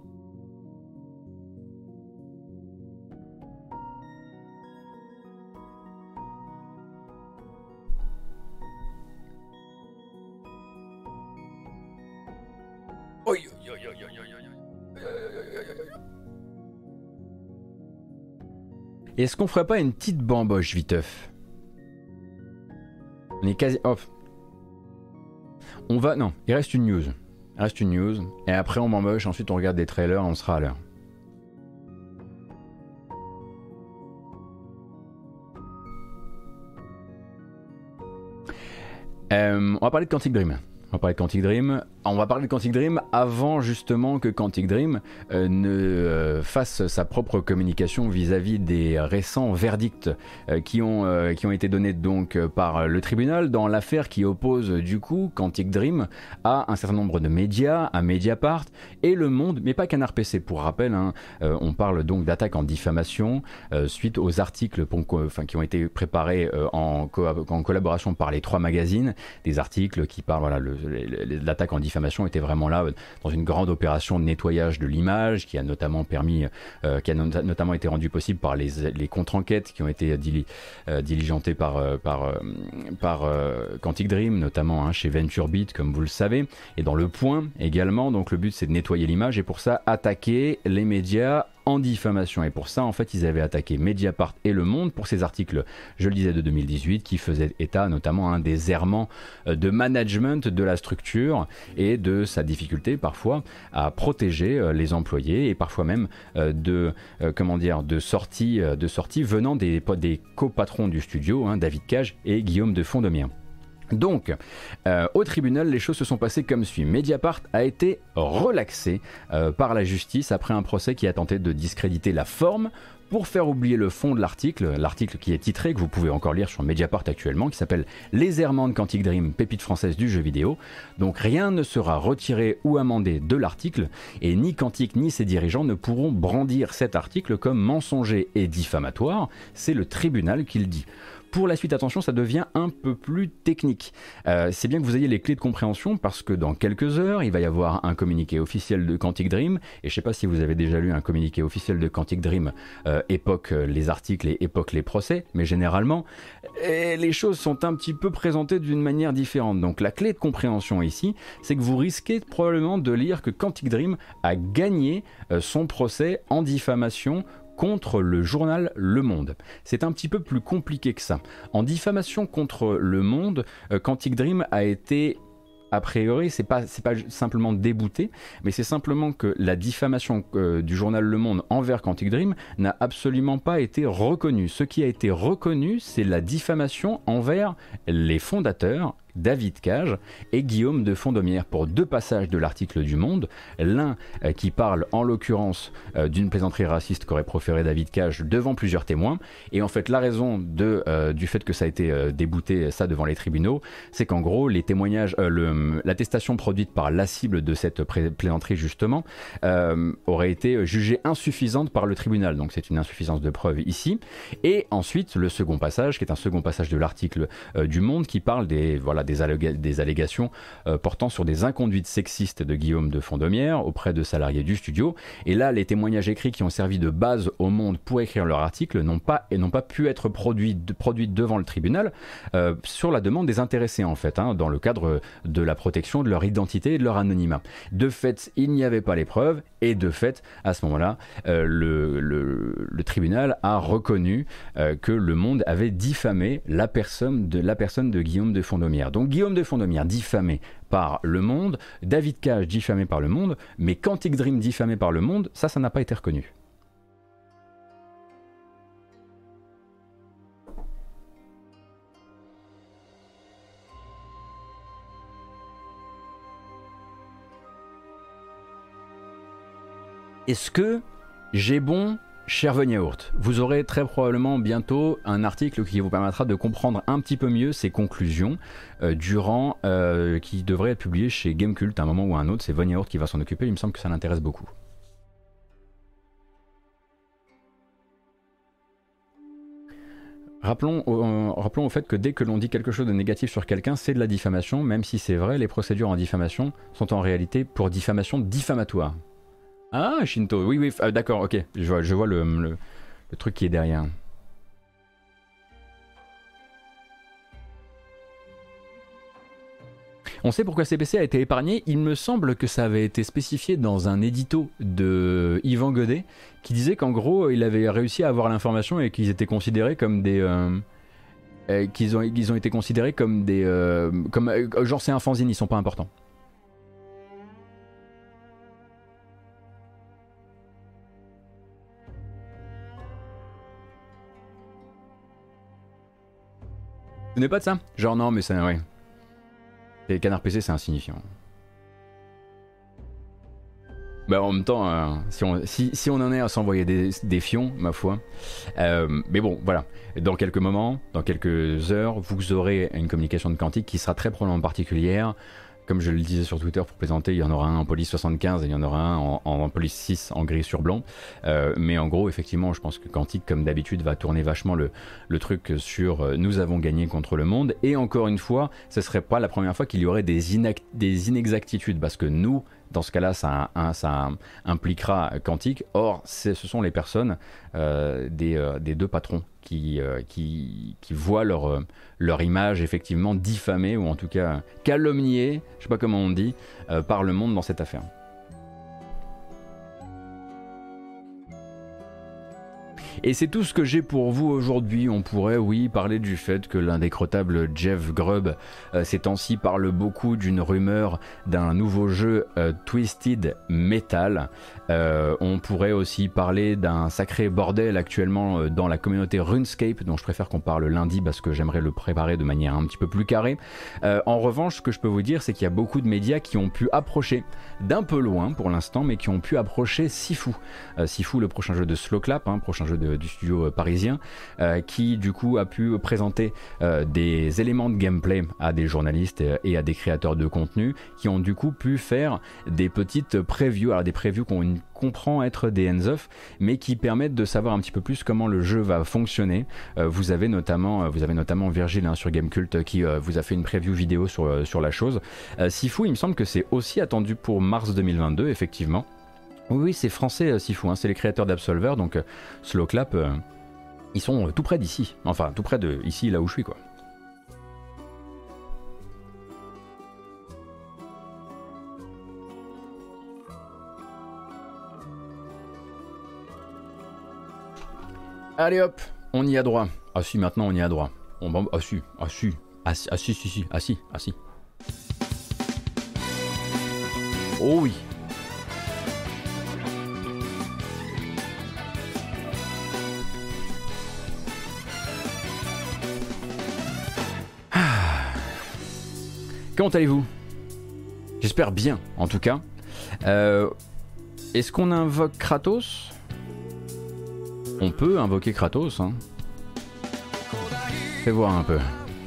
Est-ce qu'on ferait pas une petite bamboche viteuf? On est quasi... off. On va... Non, il reste une news. Et après on bamboche, ensuite on regarde des trailers, on sera à l'heure. On va parler de Quantic Dream. On va parler de Quantic Dream avant justement que Quantic Dream ne fasse sa propre communication vis-à-vis des récents verdicts qui ont été donnés donc par le tribunal dans l'affaire qui oppose du coup Quantic Dream à un certain nombre de médias, à Mediapart et Le Monde, mais pas Canard PC. Pour rappel, hein, on parle donc d'attaques en diffamation suite aux articles qui ont été préparés en collaboration par les 3 magazines, des articles qui parlent, voilà, l'attaque en diffamation était vraiment là dans une grande opération de nettoyage de l'image qui a notamment notamment été rendue possible par les contre-enquêtes qui ont été diligentées par Quantic Dream, notamment hein, chez VentureBeat comme vous le savez, et dans Le Point également. Donc le but c'est de nettoyer l'image et pour ça attaquer les médias en diffamation, et pour ça en fait ils avaient attaqué Mediapart et Le Monde pour ces articles, je le disais, de 2018 qui faisaient état notamment hein, des errements de management de la structure et de sa difficulté parfois à protéger les employés et parfois même de sorties venant des copatrons du studio, hein, David Cage et Guillaume de Fondomien. Donc, au tribunal, les choses se sont passées comme suit. Mediapart a été relaxé par la justice après un procès qui a tenté de discréditer la forme pour faire oublier le fond de l'article qui est titré, que vous pouvez encore lire sur Mediapart actuellement, qui s'appelle « Les errements de Quantic Dream, pépite française du jeu vidéo ». Donc rien ne sera retiré ou amendé de l'article, et ni Quantic ni ses dirigeants ne pourront brandir cet article comme mensonger et diffamatoire, c'est le tribunal qui le dit. Pour la suite, attention, ça devient un peu plus technique. C'est bien que vous ayez les clés de compréhension parce que dans quelques heures, il va y avoir un communiqué officiel de Quantic Dream. Et je ne sais pas si vous avez déjà lu un communiqué officiel de Quantic Dream, époque les articles et époque les procès, mais généralement, les choses sont un petit peu présentées d'une manière différente. Donc la clé de compréhension ici, c'est que vous risquez probablement de lire que Quantic Dream a gagné son procès en diffamation contre le journal Le Monde. C'est un petit peu plus compliqué que ça. En diffamation contre Le Monde, Quantic Dream a été, a priori, c'est pas simplement débouté, mais c'est simplement que la diffamation du journal Le Monde envers Quantic Dream n'a absolument pas été reconnue. Ce qui a été reconnu, c'est la diffamation envers les fondateurs, David Cage et Guillaume de Fondomien, pour 2 passages de l'article du Monde, l'un qui parle en l'occurrence d'une plaisanterie raciste qu'aurait proféré David Cage devant plusieurs témoins, et en fait la raison du fait que ça a été débouté ça devant les tribunaux, c'est qu'en gros les témoignages, l'attestation produite par la cible de cette plaisanterie justement aurait été jugée insuffisante par le tribunal, donc c'est une insuffisance de preuve ici. Et ensuite le second passage, qui est un second passage de l'article du Monde, qui parle des allégations portant sur des inconduites sexistes de Guillaume de Fondomière auprès de salariés du studio. Et là, les témoignages écrits qui ont servi de base au Monde pour écrire leur article n'ont pas pu être produits devant le tribunal sur la demande des intéressés en fait, hein, dans le cadre de la protection de leur identité et de leur anonymat. De fait, il n'y avait pas les preuves et de fait, à ce moment-là, le tribunal a reconnu que Le Monde avait diffamé la personne de Guillaume de Fondomière. Donc Guillaume de Fondomière diffamé par Le Monde, David Cage diffamé par Le Monde, mais Quantic Dream diffamé par Le Monde, ça n'a pas été reconnu. Est-ce que j'ai bon, cher Von Yaourt? Vous aurez très probablement bientôt un article qui vous permettra de comprendre un petit peu mieux ces conclusions qui devrait être publié chez Gamecult à un moment ou à un autre. C'est Von Yaourt qui va s'en occuper, il me semble que ça l'intéresse beaucoup. Rappelons au fait que dès que l'on dit quelque chose de négatif sur quelqu'un, c'est de la diffamation, même si c'est vrai, les procédures en diffamation sont en réalité pour diffamation diffamatoire. Ah, Shinto, oui, d'accord, ok, je vois le truc qui est derrière. On sait pourquoi CPC a été épargné, il me semble que ça avait été spécifié dans un édito de Yvan Godet, qui disait qu'en gros, il avait réussi à avoir l'information et qu'ils étaient considérés comme des... qu'ils ont été considérés comme des... genre c'est un fanzine, ils sont pas importants. Vous n'avez pas de ça? Genre non mais ça, ouais. Et Canard PC, c'est insignifiant. Bah en même temps, si on en est à s'envoyer des fions, ma foi. Mais bon, voilà. Dans quelques moments, dans quelques heures, vous aurez une communication de Quantic qui sera très probablement particulière. Comme je le disais sur Twitter pour présenter, il y en aura un en police 75 et il y en aura un en police 6 en gris sur blanc. Mais en gros, effectivement, je pense que Quantic, comme d'habitude, va tourner vachement le truc sur nous avons gagné contre le monde. Et encore une fois, ce serait pas la première fois qu'il y aurait des inexactitudes parce que nous, dans ce cas-là, ça impliquera Quantic. Or, ce sont les personnes des deux patrons qui voient leur image effectivement diffamée ou en tout cas calomniée, je sais pas comment on dit, par le monde dans cette affaire. Et c'est tout ce que j'ai pour vous aujourd'hui. On pourrait, oui, parler du fait que l'indécrottable Jeff Grubb ces temps-ci parle beaucoup d'une rumeur d'un nouveau jeu Twisted Metal. On pourrait aussi parler d'un sacré bordel actuellement dans la communauté RuneScape, dont je préfère qu'on parle lundi parce que j'aimerais le préparer de manière un petit peu plus carrée. En revanche, ce que je peux vous dire, c'est qu'il y a beaucoup de médias qui ont pu approcher, d'un peu loin pour l'instant, mais qui ont pu approcher Sifu. Sifu, le prochain jeu de Slowclap, prochain jeu du studio parisien, qui du coup a pu présenter des éléments de gameplay à des journalistes et à des créateurs de contenu qui ont du coup pu faire des petites previews, alors des previews qu'on comprend être des hands-off, mais qui permettent de savoir un petit peu plus comment le jeu va fonctionner. Vous avez notamment Virgile sur Gamecult qui vous a fait une preview vidéo sur la chose. Sifu, il me semble que c'est aussi attendu pour mars 2022, effectivement. Oui, c'est français Sifu, c'est les créateurs d'Absolver, donc Slowclap, ils sont tout près d'ici, enfin tout près de ici, là où je suis quoi. Allez hop, on y a droit. Ah si, maintenant on y a droit. Ah si. Oh oui. Comment allez-vous? J'espère bien, en tout cas. Est-ce qu'on invoque Kratos? On peut invoquer Kratos, hein. Fais voir un peu.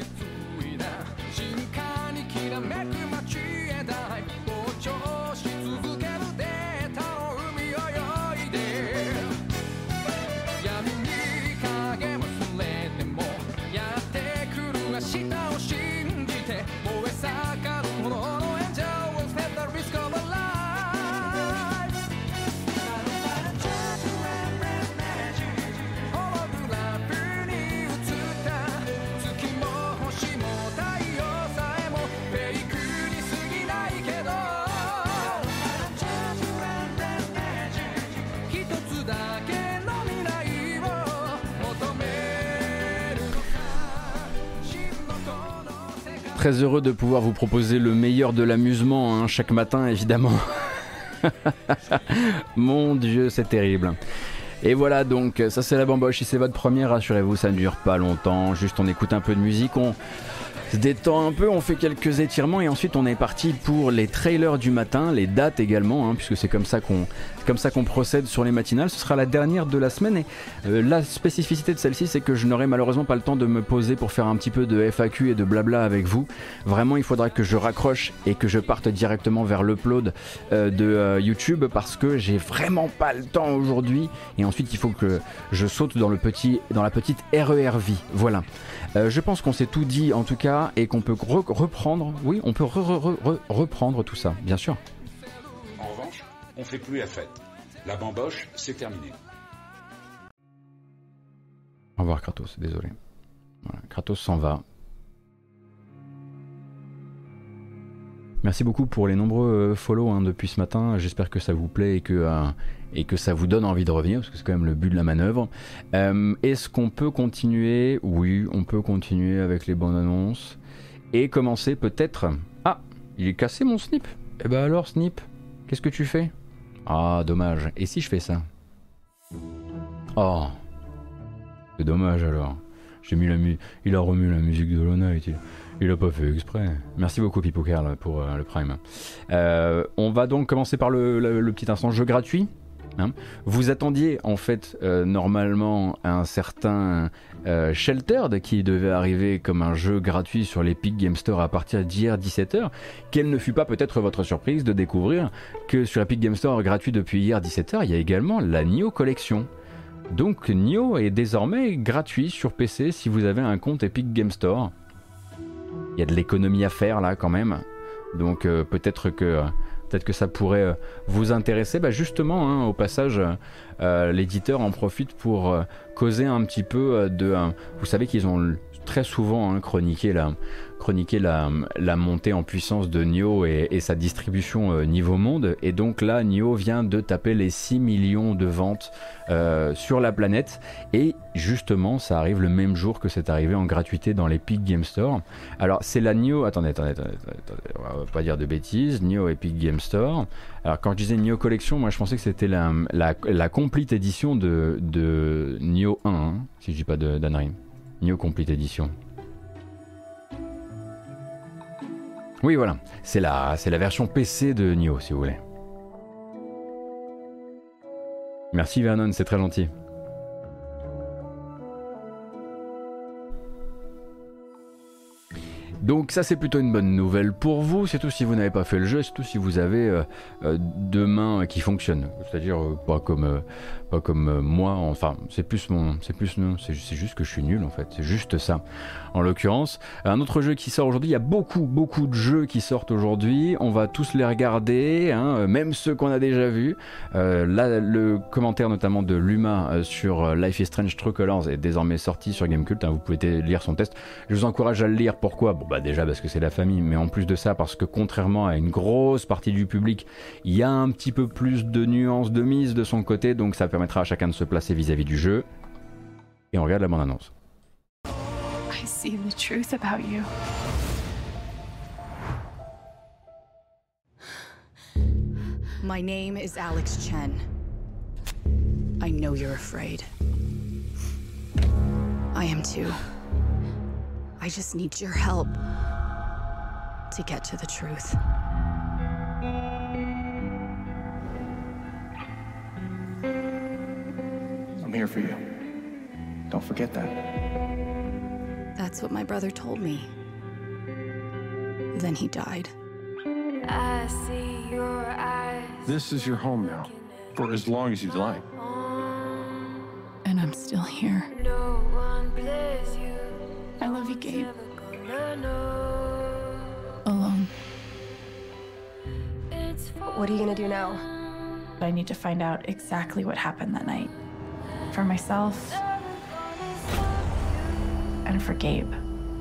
Très heureux de pouvoir vous proposer le meilleur de l'amusement chaque matin, évidemment. Mon Dieu, c'est terrible. Et voilà, donc ça c'est la bamboche. Si c'est votre première, rassurez-vous, ça ne dure pas longtemps. Juste on écoute un peu de musique, on se détend un peu, on fait quelques étirements et ensuite on est parti pour les trailers du matin, les dates également, puisque c'est comme ça qu'on procède sur les matinales. Ce sera la dernière de la semaine et la spécificité de celle-ci, c'est que je n'aurai malheureusement pas le temps de me poser pour faire un petit peu de FAQ et de blabla avec vous. Vraiment, il faudra que je raccroche et que je parte directement vers l'upload de YouTube parce que j'ai vraiment pas le temps aujourd'hui. Et ensuite, il faut que je saute dans la petite RER vie. Voilà. Je pense qu'on s'est tout dit en tout cas et qu'on peut reprendre. Oui, on peut reprendre tout ça, bien sûr. En revanche, on fait plus la fête. La bamboche, c'est terminé. Au revoir Kratos, désolé. Voilà, Kratos s'en va. Merci beaucoup pour les nombreux follow depuis ce matin. J'espère que ça vous plaît et que ça vous donne envie de revenir, parce que c'est quand même le but de la manœuvre. Est-ce qu'on peut continuer? Oui, on peut continuer avec les bandes annonces. Et commencer peut-être... Ah, il est cassé mon Snip. Eh ben alors Snip, qu'est-ce que tu fais? Ah, dommage. Et si je fais ça? Oh, c'est dommage alors. J'ai mis il a remis la musique de Hollow Knight. Il a pas fait exprès. Merci beaucoup Pipocarl pour le Prime. On va donc commencer par le petit instant jeu gratuit. Hein. Vous attendiez en fait normalement un certain Sheltered qui devait arriver comme un jeu gratuit sur l'Epic Game Store à partir d'hier 17h. Quelle ne fut pas peut-être votre surprise de découvrir que sur Epic Game Store gratuit depuis hier 17h, il y a également la Nioh Collection. Donc Nioh est désormais gratuit sur PC si vous avez un compte Epic Game Store. Il y a de l'économie à faire là quand même. Donc peut-être que ça pourrait vous intéresser. Bah justement, hein, au passage, l'éditeur en profite pour causer un petit peu de... vous savez qu'ils ont très souvent chroniqué la montée en puissance de Nioh et sa distribution niveau monde. Et donc là, Nioh vient de taper les 6 millions de ventes sur la planète. Et justement, ça arrive le même jour que c'est arrivé en gratuité dans l'Epic Game Store. Alors, c'est la Nioh... Attendez, on va pas dire de bêtises. Nioh Epic Game Store. Alors, quand je disais Nioh Collection, moi je pensais que c'était la complete édition de Nioh 1, hein, si je dis pas d'annerie. Nioh Complete Edition. Oui, voilà, c'est la version PC de Nioh, si vous voulez. Merci Vernon, c'est très gentil. Donc ça c'est plutôt une bonne nouvelle pour vous, surtout si vous n'avez pas fait le jeu, surtout si vous avez deux mains qui fonctionnent. C'est-à-dire pas comme moi, enfin c'est juste que je suis nul en fait, c'est juste ça. En l'occurrence, un autre jeu qui sort aujourd'hui, il y a beaucoup de jeux qui sortent aujourd'hui, on va tous les regarder, hein, même ceux qu'on a déjà vus. Là le commentaire notamment de Luma sur Life is Strange True Colors est désormais sorti sur Gamecult, hein, vous pouvez lire son test. Je vous encourage à le lire, pourquoi ? Bon, bah déjà parce que c'est la famille, mais en plus de ça parce que contrairement à une grosse partie du public, il y a un petit peu plus de nuances de mise de son côté, donc ça permettra à chacun de se placer vis-à-vis du jeu. Et on regarde la bande-annonce. I see the truth about you. My name is Alex Chen. I know you're afraid. I am too. I just need your help to get to the truth. I'm here for you. Don't forget that. That's what my brother told me. Then he died. I see your eyes. This is your home now, for as long as you'd like. And I'm still here. No one plays you. I love you, Gabe. Alone. What are you gonna do now? I need to find out exactly what happened that night. For myself. And for Gabe.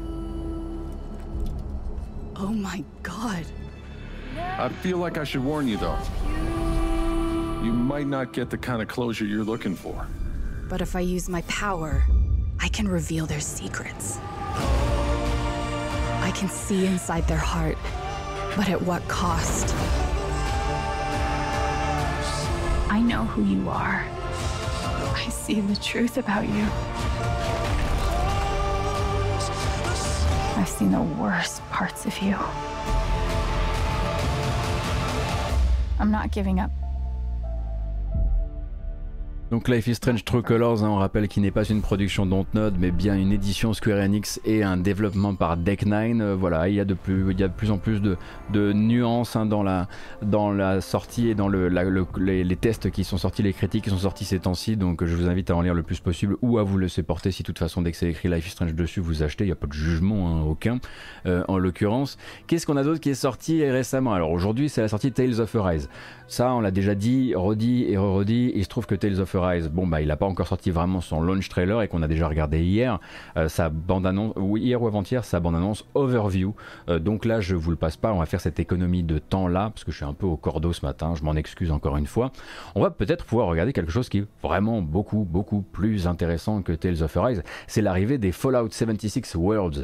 Oh my God. I feel like I should warn you, though. You might not get the kind of closure you're looking for. But if I use my power, I can reveal their secrets. I can see inside their heart, but at what cost? I know who you are. I see the truth about you. I've seen the worst parts of you. I'm not giving up. Donc Life is Strange True Colors, hein, on rappelle qu'il n'est pas une production Dontnod, mais bien une édition Square Enix et un développement par Deck Nine. Voilà, il y a de plus en plus de nuances hein, dans la sortie et dans les tests qui sont sortis, les critiques qui sont sortis ces temps-ci. Donc je vous invite à en lire le plus possible ou à vous laisser porter si de toute façon dès que c'est écrit Life is Strange dessus, vous achetez, il n'y a pas de jugement hein, aucun en l'occurrence. Qu'est-ce qu'on a d'autre qui est sorti récemment? Alors aujourd'hui c'est la sortie Tales of Arise. Ça on l'a déjà dit, redit et redit. Il se trouve que Tales of Arise, bon bah il n'a pas encore sorti vraiment son launch trailer et qu'on a déjà regardé hier sa bande-annonce, hier ou avant-hier, sa bande-annonce Overview. Donc là je vous le passe pas, on va faire cette économie de temps là parce que je suis un peu au cordeau ce matin, je m'en excuse encore une fois. On va peut-être pouvoir regarder quelque chose qui est vraiment beaucoup plus intéressant que Tales of Arise. C'est l'arrivée des Fallout 76 Worlds.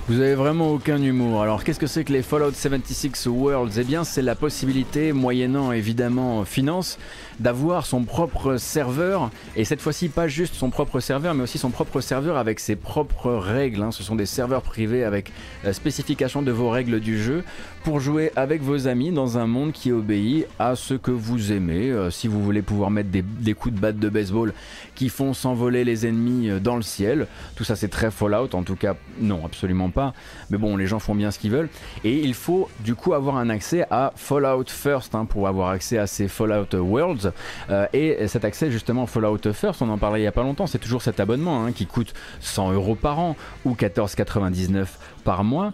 Vous avez vraiment aucun humour. Alors qu'est-ce que c'est que les Fallout 76 Worlds? Eh bien c'est la possibilité, moyennant évidemment finance, d'avoir son propre serveur, et cette fois-ci pas juste son propre serveur, mais aussi son propre serveur avec ses propres règles, hein. Ce sont des serveurs privés avec spécification de vos règles du jeu, pour jouer avec vos amis dans un monde qui obéit à ce que vous aimez. Si vous voulez pouvoir mettre des coups de batte de baseball qui font s'envoler les ennemis dans le ciel, tout ça c'est très Fallout, en tout cas non, absolument pas, mais bon, les gens font bien ce qu'ils veulent, et il faut du coup avoir un accès à Fallout First, hein, pour avoir accès à ces Fallout Worlds, et cet accès justement Fallout First, on en parlait il y a pas longtemps, c'est toujours cet abonnement, hein, qui coûte 100 € par an ou 14,99 par mois,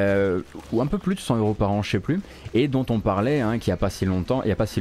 ou un peu plus de 100 € par an, je sais plus, et dont on parlait, hein, qu'il n'y a pas si longtemps,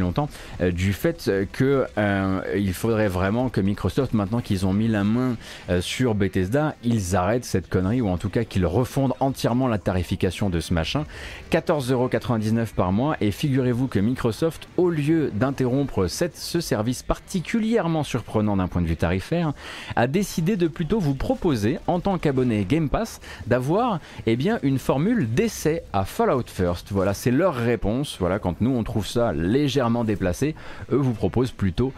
du fait que il faudrait vraiment que Microsoft, maintenant qu'ils ont mis la main sur Bethesda, ils arrêtent cette connerie, ou en tout cas qu'ils refondent entièrement la tarification de ce machin. 14,99 € par mois, et figurez-vous que Microsoft, au lieu d'interrompre ce service particulièrement surprenant d'un point de vue tarifaire, a décidé de plutôt vous proposer, en tant qu'abonné Game Pass, d'avoir une formule d'essai à Fallout First. Voilà, c'est leur réponse. Voilà, quand nous on trouve ça légèrement déplacé, eux vous proposent plutôt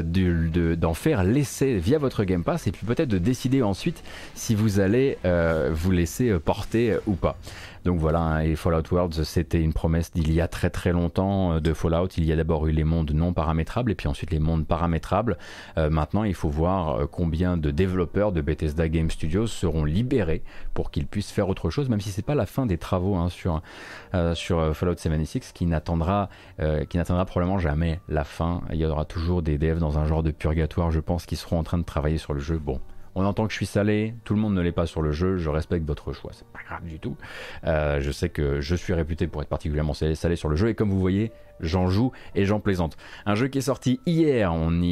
d'en faire l'essai via votre Game Pass, et puis peut-être de décider ensuite si vous allez vous laisser porter ou pas. Donc voilà, hein, et Fallout Worlds, c'était une promesse d'il y a très très longtemps de Fallout. Il y a d'abord eu les mondes non paramétrables et puis ensuite les mondes paramétrables. Maintenant, il faut voir combien de développeurs de Bethesda Game Studios seront libérés pour qu'ils puissent faire autre chose, même si c'est pas la fin des travaux, hein, sur Fallout 76, qui n'attendra probablement jamais la fin. Il y aura toujours des devs dans un genre de purgatoire, je pense, qui seront en train de travailler sur le jeu. Bon. On entend que je suis salé, tout le monde ne l'est pas sur le jeu, je respecte votre choix, c'est pas grave du tout. Je sais que je suis réputé pour être particulièrement salé sur le jeu, et comme vous voyez, j'en joue et j'en plaisante. Un jeu qui est sorti hier,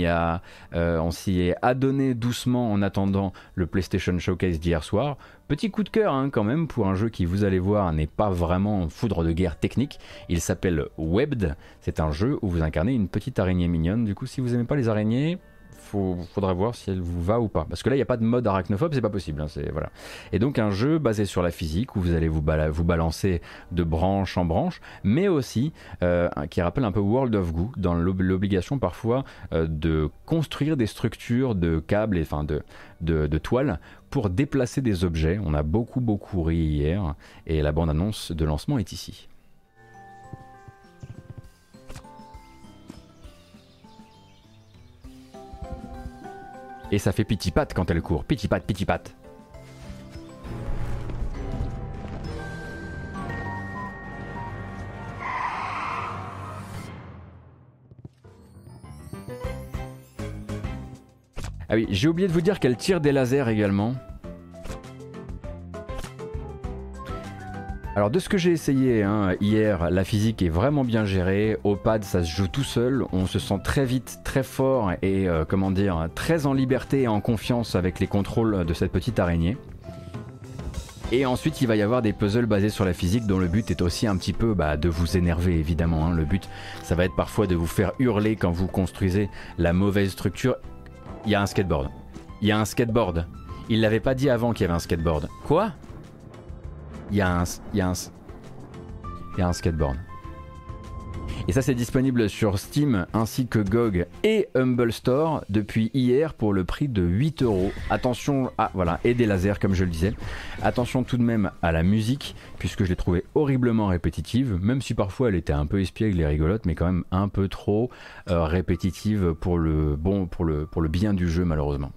on s'y est adonné doucement en attendant le PlayStation Showcase d'hier soir. Petit coup de cœur, hein, quand même, pour un jeu qui, vous allez voir, n'est pas vraiment foudre de guerre technique. Il s'appelle Webbed, c'est un jeu où vous incarnez une petite araignée mignonne. Du coup, si vous aimez pas les araignées, faudra voir si elle vous va ou pas, parce que là il n'y a pas de mode arachnophobe, c'est pas possible, hein, voilà. Et donc un jeu basé sur la physique où vous allez vous balancer de branche en branche, mais aussi qui rappelle un peu World of Goo, dans l'obligation parfois de construire des structures de câbles, et de toiles pour déplacer des objets. On a beaucoup ri hier, et la bande annonce de lancement est ici. Et ça fait piti-pat quand elle court. Piti-pat, piti-pat. Ah oui, j'ai oublié de vous dire qu'elle tire des lasers également. Alors de ce que j'ai essayé, hein, hier, la physique est vraiment bien gérée. Au pad, ça se joue tout seul. On se sent très vite, très fort et très en liberté et en confiance avec les contrôles de cette petite araignée. Et ensuite, il va y avoir des puzzles basés sur la physique dont le but est aussi un petit peu de vous énerver, évidemment, hein. Le but, ça va être parfois de vous faire hurler quand vous construisez la mauvaise structure. Il y a un skateboard. Il y a un skateboard. Il l'avait pas dit avant qu'il y avait un skateboard. Quoi ? Il y a un skateboard. Et ça, c'est disponible sur Steam ainsi que GOG et Humble Store depuis hier pour le prix de 8 €. Attention et des lasers comme je le disais. Attention tout de même à la musique, puisque je l'ai trouvée horriblement répétitive, même si parfois elle était un peu espiègle et rigolote, mais quand même un peu trop répétitive pour le bien du jeu, malheureusement.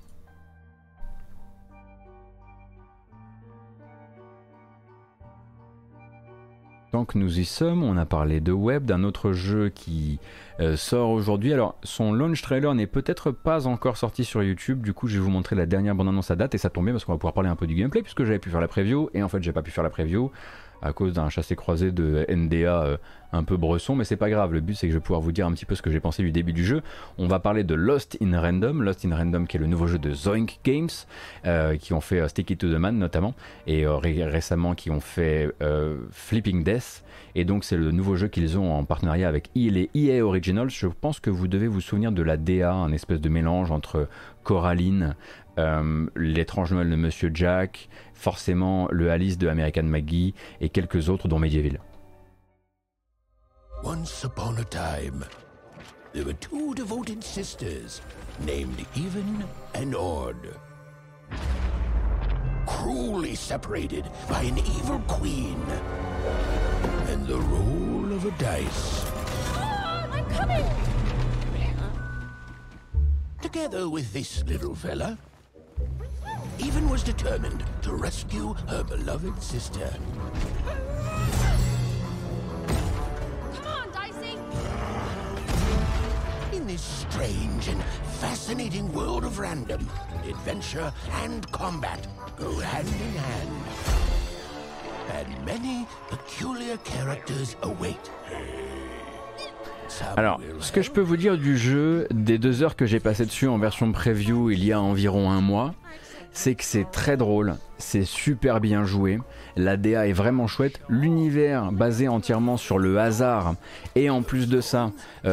Tant que nous y sommes, on a parlé de Web, d'un autre jeu qui sort aujourd'hui. Alors, son launch trailer n'est peut-être pas encore sorti sur YouTube, du coup je vais vous montrer la dernière bande-annonce à date, et ça tombe bien parce qu'on va pouvoir parler un peu du gameplay, puisque j'avais pu faire la preview, et en fait j'ai pas pu faire la preview à cause d'un chassé-croisé de NDA un peu bresson, mais c'est pas grave, le but c'est que je vais pouvoir vous dire un petit peu ce que j'ai pensé du début du jeu. On va parler de Lost in Random qui est le nouveau jeu de Zoink Games, qui ont fait Stick It to the Man notamment, et récemment qui ont fait Flipping Death, et donc c'est le nouveau jeu qu'ils ont en partenariat avec les EA Originals. Je pense que vous devez vous souvenir de la DA, un espèce de mélange entre Coraline L'étrange Noël de Monsieur Jack, forcément le Alice de American McGee et quelques autres dont Medieval. Once upon a time, there were two devoted sisters named Even and Ord. Cruelly separated by an evil queen and the roll of a dice. I'm coming! Together with this little fella, Even was determined to rescue her beloved sister. Come on, Dicey! In this strange and fascinating world of random, adventure and combat go hand in hand. And many peculiar characters await. Alors, ce que je peux vous dire du jeu, des 2 heures que j'ai passé dessus en version preview il y a environ un mois, c'est que c'est très drôle, c'est super bien joué, la DA est vraiment chouette, l'univers basé entièrement sur le hasard, et en plus de ça,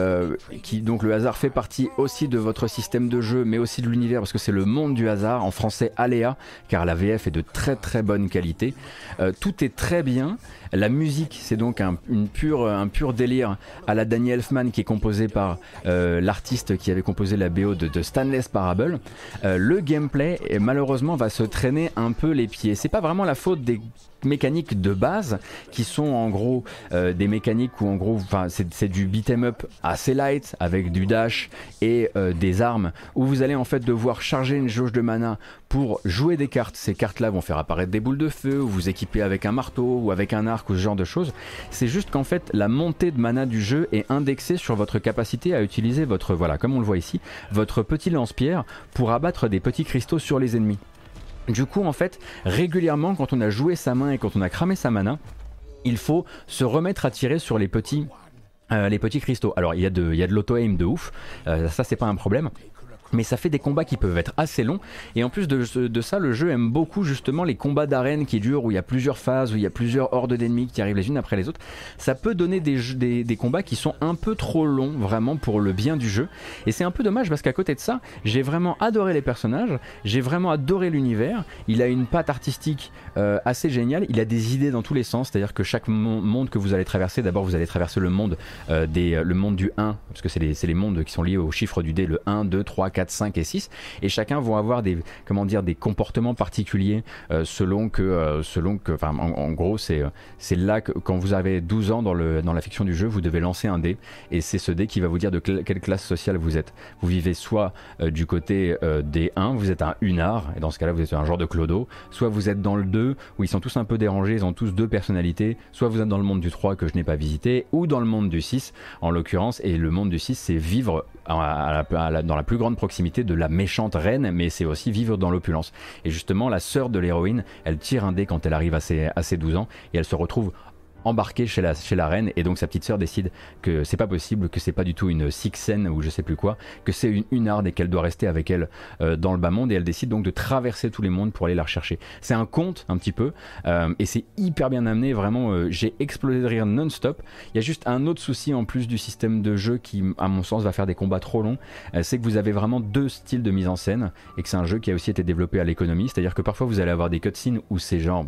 donc le hasard fait partie aussi de votre système de jeu, mais aussi de l'univers, parce que c'est le monde du hasard, en français Aléa, car la VF est de très très bonne qualité, tout est très bien. La musique, c'est donc un pur délire à la Danny Elfman, qui est composé par l'artiste qui avait composé la BO de Stanley's Parable. Le gameplay, malheureusement, va se traîner un peu les pieds. C'est pas vraiment la faute des mécaniques de base qui sont en gros des mécaniques où en gros c'est du beat'em up assez light avec du dash et des armes où vous allez en fait devoir charger une jauge de mana pour jouer des cartes. Ces cartes là vont faire apparaître des boules de feu ou vous équiper avec un marteau ou avec un arc ou ce genre de choses. C'est juste qu'en fait la montée de mana du jeu est indexée sur votre capacité à utiliser votre, voilà, comme on le voit ici, votre petit lance-pierre pour abattre des petits cristaux sur les ennemis. Du coup, en fait, régulièrement, quand on a joué sa main et quand on a cramé sa mana, il faut se remettre à tirer sur les petits cristaux. Alors, il y a de l'auto-aim de ouf, ça c'est pas un problème. Mais ça fait des combats qui peuvent être assez longs, et en plus de ça, le jeu aime beaucoup justement les combats d'arène qui durent, où il y a plusieurs phases, où il y a plusieurs hordes d'ennemis qui arrivent les unes après les autres. Ça peut donner des combats qui sont un peu trop longs vraiment pour le bien du jeu, et c'est un peu dommage parce qu'à côté de ça, j'ai vraiment adoré les personnages, j'ai vraiment adoré l'univers. Il a une patte artistique assez géniale, il a des idées dans tous les sens, c'est à dire que chaque monde que vous allez traverser, d'abord vous allez traverser le monde le monde du 1, parce que c'est les mondes qui sont liés au chiffre du dé, le 1, 2, 3, 4, 5 et 6, et chacun vont avoir des comportements particuliers selon que en gros c'est là que quand vous avez 12 ans dans la fiction du jeu, vous devez lancer un dé, et c'est ce dé qui va vous dire de quelle classe sociale vous êtes. Vous vivez soit du côté des 1, vous êtes un Hunard, et dans ce cas là vous êtes un genre de clodo, soit vous êtes dans le 2 où ils sont tous un peu dérangés, ils ont tous 2 personnalités, soit vous êtes dans le monde du 3 que je n'ai pas visité, ou dans le monde du 6 en l'occurrence, et le monde du 6 c'est vivre dans la plus grande proximité de la méchante reine, mais c'est aussi vivre dans l'opulence. Et justement, la sœur de l'héroïne, elle tire un dé quand elle arrive à ses 12 ans, et elle se retrouve embarquée chez la reine, et donc sa petite sœur décide que c'est pas possible, que c'est pas du tout une Sixen ou je sais plus quoi, que c'est une Hunard et qu'elle doit rester avec elle dans le bas monde, et elle décide donc de traverser tous les mondes pour aller la rechercher. C'est un conte un petit peu, et c'est hyper bien amené, vraiment j'ai explosé de rire non-stop. Il y a juste un autre souci en plus du système de jeu qui à mon sens va faire des combats trop longs, c'est que vous avez vraiment 2 styles de mise en scène, et que c'est un jeu qui a aussi été développé à l'économie, c'est à dire que parfois vous allez avoir des cutscenes où c'est genre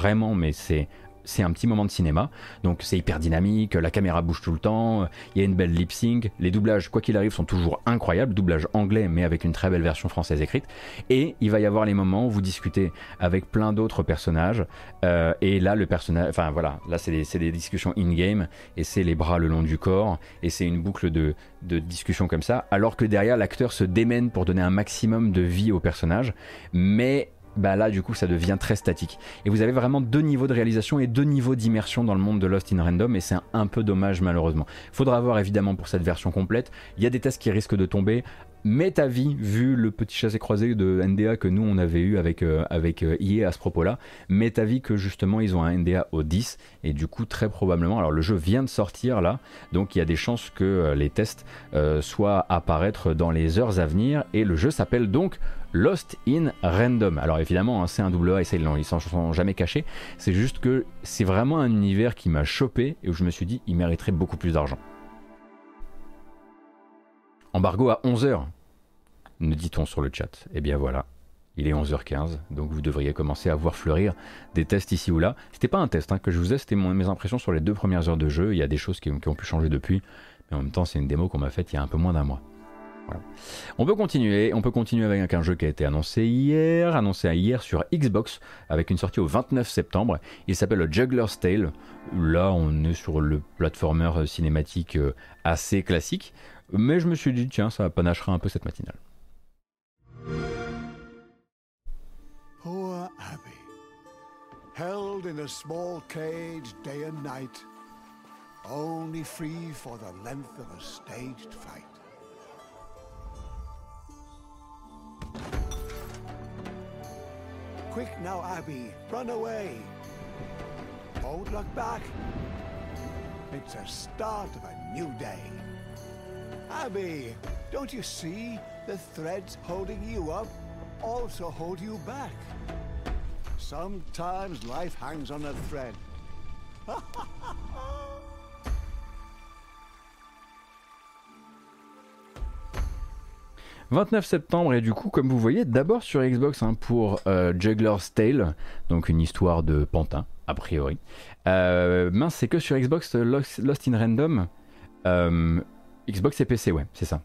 c'est un petit moment de cinéma, donc c'est hyper dynamique, la caméra bouge tout le temps, il y a une belle lip sync, les doublages quoi qu'il arrive sont toujours incroyables, doublage anglais mais avec une très belle version française écrite, et il va y avoir les moments où vous discutez avec plein d'autres personnages, et là le personnage, enfin voilà, là c'est des discussions in-game, et c'est les bras le long du corps, et c'est une boucle de discussions comme ça, alors que derrière l'acteur se démène pour donner un maximum de vie au personnage, mais là du coup ça devient très statique, et vous avez vraiment 2 niveaux de réalisation et 2 niveaux d'immersion dans le monde de Lost in Random, et c'est un peu dommage malheureusement. Faudra voir évidemment pour cette version complète, il y a des tests qui risquent de tomber, mais ta vie, vu le petit chassé-croisé de NDA que nous on avait eu avec EA à ce propos là, mais ta vie que justement ils ont un NDA au 10, et du coup très probablement, alors le jeu vient de sortir là, donc il y a des chances que les tests soient à apparaître dans les heures à venir, et le jeu s'appelle donc Lost in Random. Alors évidemment c'est un AA, et ils s'en sont jamais cachés, c'est juste que c'est vraiment un univers qui m'a chopé, et où je me suis dit il mériterait beaucoup plus d'argent. Embargo à 11h, nous dit-on sur le chat. Et bien voilà, Il est 11h15, donc vous devriez commencer à voir fleurir des tests ici ou là. C'était pas un test que je vous faisais, c'était mes impressions sur les 2 premières heures de jeu. Il y a des choses qui ont pu changer depuis, mais en même temps c'est une démo qu'on m'a faite il y a un peu moins d'1 mois. Voilà. On peut continuer avec un jeu qui a été annoncé hier sur Xbox, avec une sortie au 29 septembre. Il s'appelle Juggler's Tale. Là on est sur le platformer cinématique assez classique, mais je me suis dit tiens, ça panachera un peu cette matinale. Poor Abby, held in a small cage day and night, only free for the length of a staged fight. Quick now, Abby, run away. Don't look back. It's the start of a new day. Abby, don't you see the threads holding you up also hold you back? Sometimes life hangs on a thread. 29 septembre et du coup comme vous voyez d'abord sur Xbox pour Juggler's Tale, donc une histoire de pantin a priori. Mince, c'est que sur Xbox Lost in Random, Xbox et PC, ouais c'est ça.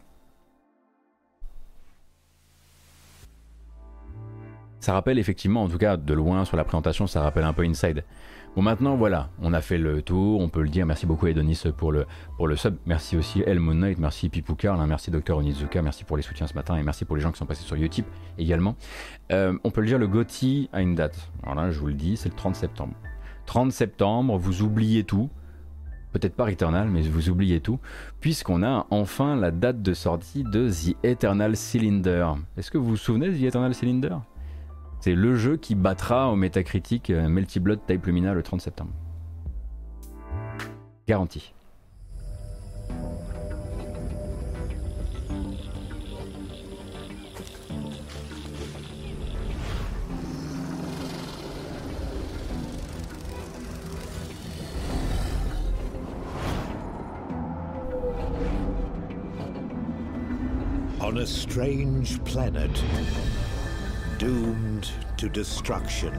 Ça rappelle effectivement, en tout cas de loin sur la présentation, ça rappelle un peu Inside. Bon maintenant voilà, on a fait le tour, on peut le dire. Merci beaucoup Edonis pour le sub, merci aussi El Moon Knight, merci Pipou Karl, merci Dr Onizuka, merci pour les soutiens ce matin et merci pour les gens qui sont passés sur Utip également. On peut le dire, le GOTY a une date, alors là je vous le dis, c'est le 30 septembre. 30 septembre, vous oubliez tout, peut-être pas Returnal, mais vous oubliez tout, puisqu'on a enfin la date de sortie de The Eternal Cylinder. Est-ce que vous vous souvenez de The Eternal Cylinder ? C'est le jeu qui battra au Metacritic Melty Blood Type Lumina le 30 septembre. Garanti. On a strange planet, doomed to destruction.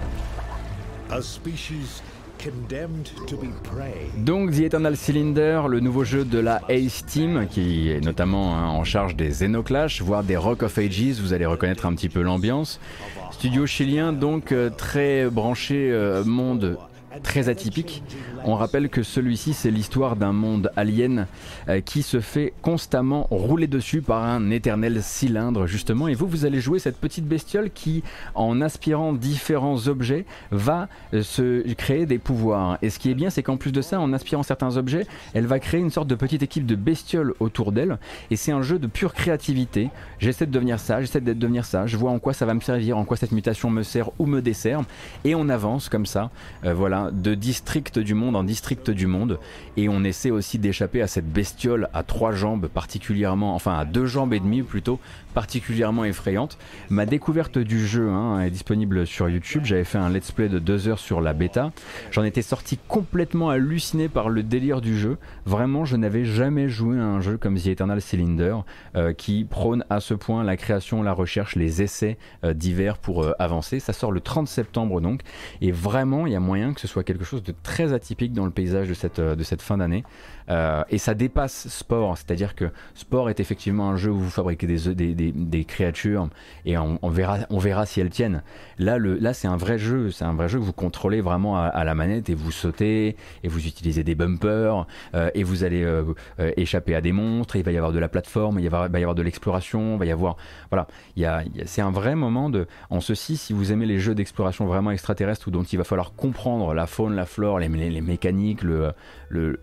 A species condemned to be prey. Donc The Eternal Cylinder, le nouveau jeu de la Ace Team, qui est notamment en charge des Xenoclash, voire des Rock of Ages, vous allez reconnaître un petit peu l'ambiance. Studio chilien, donc très branché monde très atypique. On rappelle que celui-ci c'est l'histoire d'un monde alien qui se fait constamment rouler dessus par un éternel cylindre justement, et vous allez jouer cette petite bestiole qui, en aspirant différents objets, va se créer des pouvoirs. Et ce qui est bien, c'est qu'en plus de ça, en aspirant certains objets, elle va créer une sorte de petite équipe de bestioles autour d'elle, et c'est un jeu de pure créativité. J'essaie de devenir ça, j'essaie de devenir ça, je vois en quoi ça va me servir, en quoi cette mutation me sert ou me dessert, et on avance comme ça, voilà, de district du monde en district du monde, et on essaie aussi d'échapper à cette bestiole à 3 jambes particulièrement, enfin à 2 jambes et demie plutôt, particulièrement effrayante. Ma découverte du jeu est disponible sur YouTube, j'avais fait un let's play de 2 heures sur la bêta, j'en étais sorti complètement halluciné par le délire du jeu. Vraiment, je n'avais jamais joué à un jeu comme The Eternal Cylinder qui prône à ce point la création, la recherche, les essais divers pour avancer. Ça sort le 30 septembre donc, et vraiment il y a moyen que ce soit quelque chose de très atypique dans le paysage de cette fin d'année, et ça dépasse Spore, c'est-à-dire que Spore est effectivement un jeu où vous fabriquez des créatures et on verra si elles tiennent. Là c'est un vrai jeu, que vous contrôlez vraiment à la manette, et vous sautez et vous utilisez des bumpers, et vous allez échapper à des monstres, et il va y avoir de la plateforme, il va y avoir de l'exploration, il va y avoir, voilà, c'est un vrai moment en ceci, si vous aimez les jeux d'exploration vraiment extraterrestres, dont il va falloir comprendre la faune, la flore, les mécaniques, le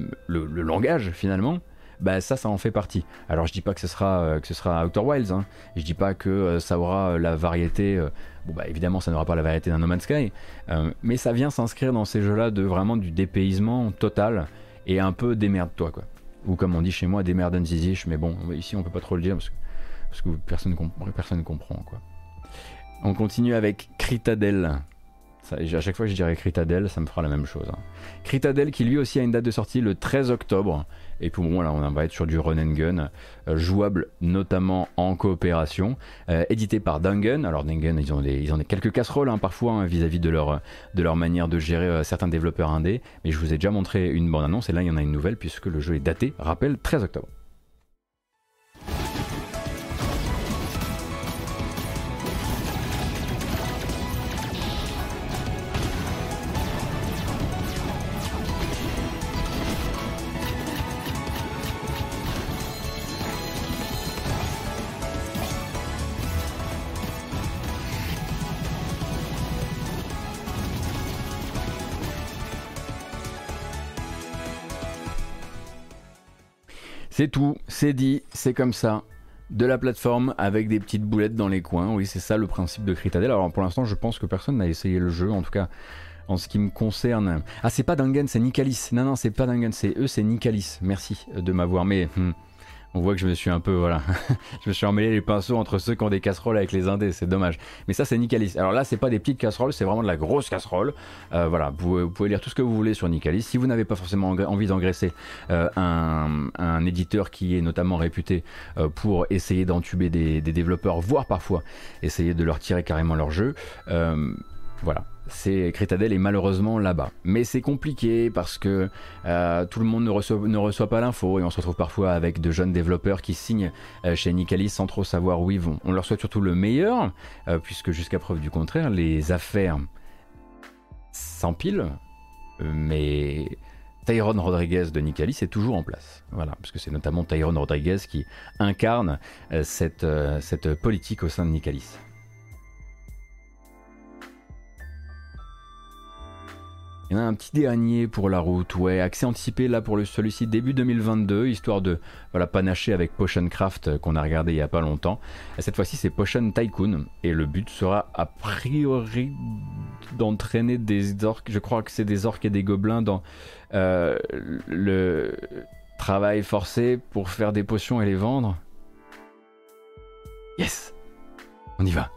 langage finalement, bah ça en fait partie. Alors je dis pas que ce sera Outer Wilds, je dis pas que ça aura la variété, bon bah évidemment ça n'aura pas la variété d'un No Man's Sky, mais ça vient s'inscrire dans ces jeux là de vraiment du dépaysement total et un peu démerde-toi quoi, ou comme on dit chez moi, démerdenzizisch, mais bon ici on peut pas trop le dire parce que personne comprend quoi. On continue avec Critadel. Ça, à chaque fois que je dirais Critadel, ça me fera la même chose. Hein. Critadel qui lui aussi a une date de sortie le 13 octobre. Et puis bon, là on va être sur du run and gun, jouable notamment en coopération, édité par Dangun. Alors Dangun, ils ont des quelques casseroles hein, parfois hein, vis-à-vis de leur manière de gérer certains développeurs indés. Mais je vous ai déjà montré une bande-annonce et là il y en a une nouvelle puisque le jeu est daté, rappel, 13 octobre. C'est tout, c'est dit, c'est comme ça. De la plateforme avec des petites boulettes dans les coins. Oui, c'est ça le principe de Critadel. Alors pour l'instant, je pense que personne n'a essayé le jeu, en tout cas en ce qui me concerne. Ah, c'est pas Dangun, c'est Nicalis. Non, c'est pas Dangun, c'est eux, c'est Nicalis. Merci de m'avoir. Mais on voit que je me suis un peu, voilà, je me suis emmêlé les pinceaux entre ceux qui ont des casseroles avec les indés, c'est dommage. Mais ça, c'est Nicalis. Alors là, c'est pas des petites casseroles, c'est vraiment de la grosse casserole. Voilà, vous pouvez lire tout ce que vous voulez sur Nicalis. Si vous n'avez pas forcément envie d'engraisser un éditeur qui est notamment réputé pour essayer d'entuber des développeurs, voire parfois essayer de leur tirer carrément leur jeu, voilà. C'est Critadel est malheureusement là-bas. Mais c'est compliqué parce que tout le monde ne reçoit pas l'info et on se retrouve parfois avec de jeunes développeurs qui signent chez Nicalis sans trop savoir où ils vont. On leur souhaite surtout le meilleur puisque jusqu'à preuve du contraire, les affaires s'empilent, mais Tyrone Rodriguez de Nicalis est toujours en place. Voilà, parce que c'est notamment Tyrone Rodriguez qui incarne cette politique au sein de Nicalis. Il y en a un petit dernier pour la route, ouais, accès anticipé là pour celui-ci début 2022, histoire de panacher avec Potion Craft qu'on a regardé il y a pas longtemps. Cette fois-ci c'est Potion Tycoon et le but sera a priori d'entraîner des orques, je crois que c'est des orques et des gobelins dans le travail forcé pour faire des potions et les vendre. Yes, on y va.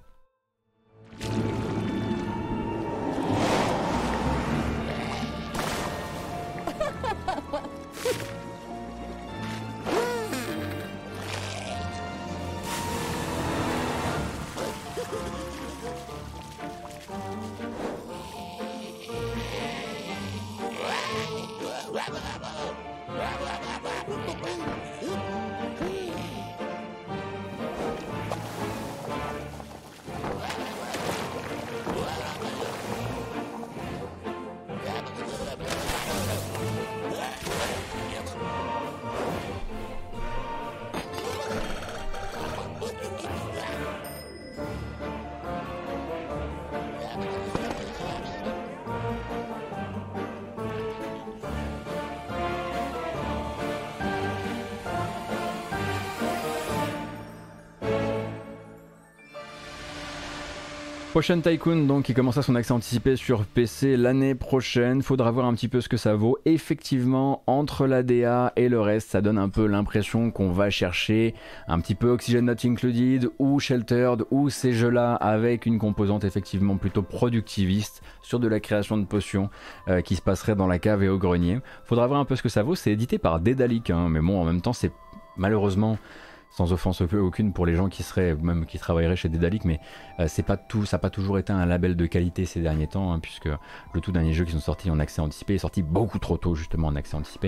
Potion Tycoon donc qui commencera son accès anticipé sur PC l'année prochaine, faudra voir un petit peu ce que ça vaut. Effectivement, entre la DA et le reste, ça donne un peu l'impression qu'on va chercher un petit peu Oxygen Not Included ou Sheltered ou ces jeux-là avec une composante effectivement plutôt productiviste sur de la création de potions qui se passerait dans la cave et au grenier. Faudra voir un peu ce que ça vaut, c'est édité par Daedalic, hein, mais bon en même temps c'est malheureusement... sans offense aucune pour les gens qui travailleraient chez Daedalic, mais c'est pas tout, ça n'a pas toujours été un label de qualité ces derniers temps, hein, puisque le tout dernier jeu qui sont sortis en accès anticipé est sorti beaucoup trop tôt justement en accès anticipé.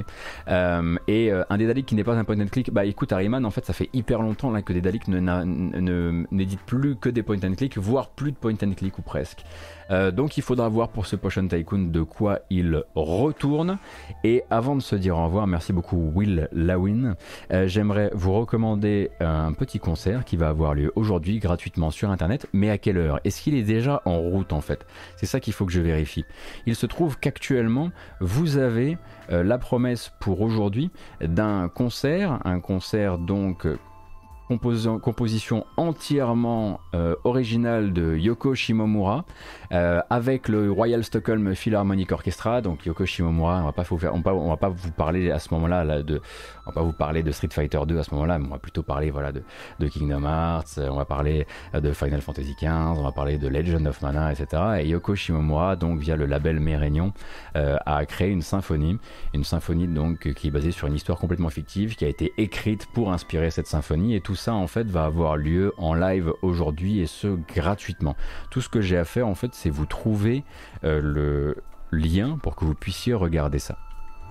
Et un Daedalic qui n'est pas un point and click, bah écoute Harryman, en fait ça fait hyper longtemps là que Daedalic n'édite plus que des point and click, voire plus de point and click ou presque. Donc il faudra voir pour ce Potion Tycoon de quoi il retourne. Et avant de se dire au revoir, merci beaucoup Will Lawin, j'aimerais vous recommander un petit concert qui va avoir lieu aujourd'hui gratuitement sur internet. Mais à quelle heure? Est-ce qu'il est déjà en route en fait? C'est ça qu'il faut que je vérifie. Il se trouve qu'actuellement vous avez la promesse pour aujourd'hui d'un concert, un concert donc composition entièrement originale de Yoko Shimomura, avec le Royal Stockholm Philharmonic Orchestra. Donc Yoko Shimomura, on va pas vous parler à ce moment-là on va pas vous parler de Street Fighter 2 à ce moment-là, mais on va plutôt parler de Kingdom Hearts, on va parler de Final Fantasy XV, on va parler de Legend of Mana, etc. Et Yoko Shimomura, donc via le label Mérénion, a créé une symphonie donc qui est basée sur une histoire complètement fictive, qui a été écrite pour inspirer cette symphonie, et tout ça en fait va avoir lieu en live aujourd'hui, et ce gratuitement. Tout ce que j'ai à faire en fait, c'est vous trouver le lien pour que vous puissiez regarder ça.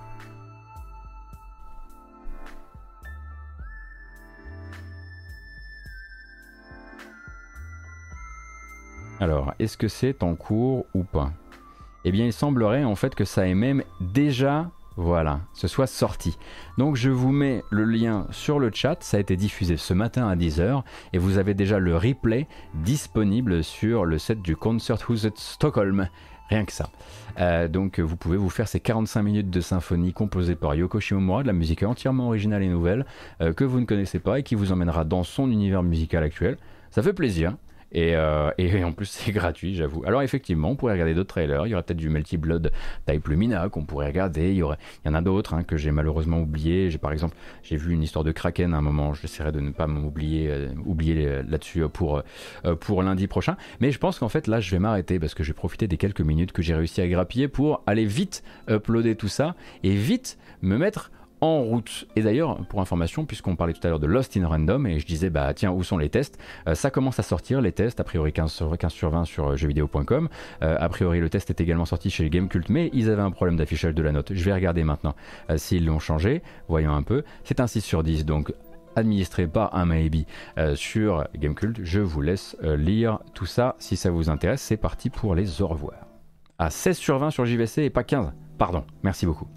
Alors, est-ce que c'est en cours ou pas? Eh bien, il semblerait en fait que ça ait même déjà, voilà, ce soit sorti. Donc, je vous mets le lien sur le chat. Ça a été diffusé ce matin à 10h et vous avez déjà le replay disponible sur le site du Concerthuset Stockholm. Rien que ça. Donc vous pouvez vous faire ces 45 minutes de symphonie composée par Yoko Shimomura, de la musique entièrement originale et nouvelle, que vous ne connaissez pas et qui vous emmènera dans son univers musical actuel. Ça fait plaisir. Et en plus c'est gratuit, j'avoue. Alors effectivement on pourrait regarder d'autres trailers. Il y aurait peut-être du Melty Blood Type Lumina qu'on pourrait regarder. Il y en a d'autres que j'ai malheureusement oublié. J'ai vu une histoire de Kraken à un moment. J'essaierai de ne pas oublier là-dessus pour lundi prochain. Mais je pense qu'en fait là je vais m'arrêter, parce que je vais profiter des quelques minutes que j'ai réussi à grappiller pour aller vite uploader tout ça et vite me mettre en route. Et d'ailleurs, pour information, puisqu'on parlait tout à l'heure de Lost in Random, et je disais, bah tiens, où sont les tests? Ça commence à sortir, les tests, a priori 15 sur 20 sur jeuxvideo.com. A priori, le test est également sorti chez Gamecult, mais ils avaient un problème d'affichage de la note. Je vais regarder maintenant s'ils l'ont changé. Voyons un peu. C'est un 6 sur 10, donc administré par un maybe sur Gamecult. Je vous laisse lire tout ça si ça vous intéresse. C'est parti pour les au revoir. À 16 sur 20 sur JVC et pas 15. Pardon, merci beaucoup.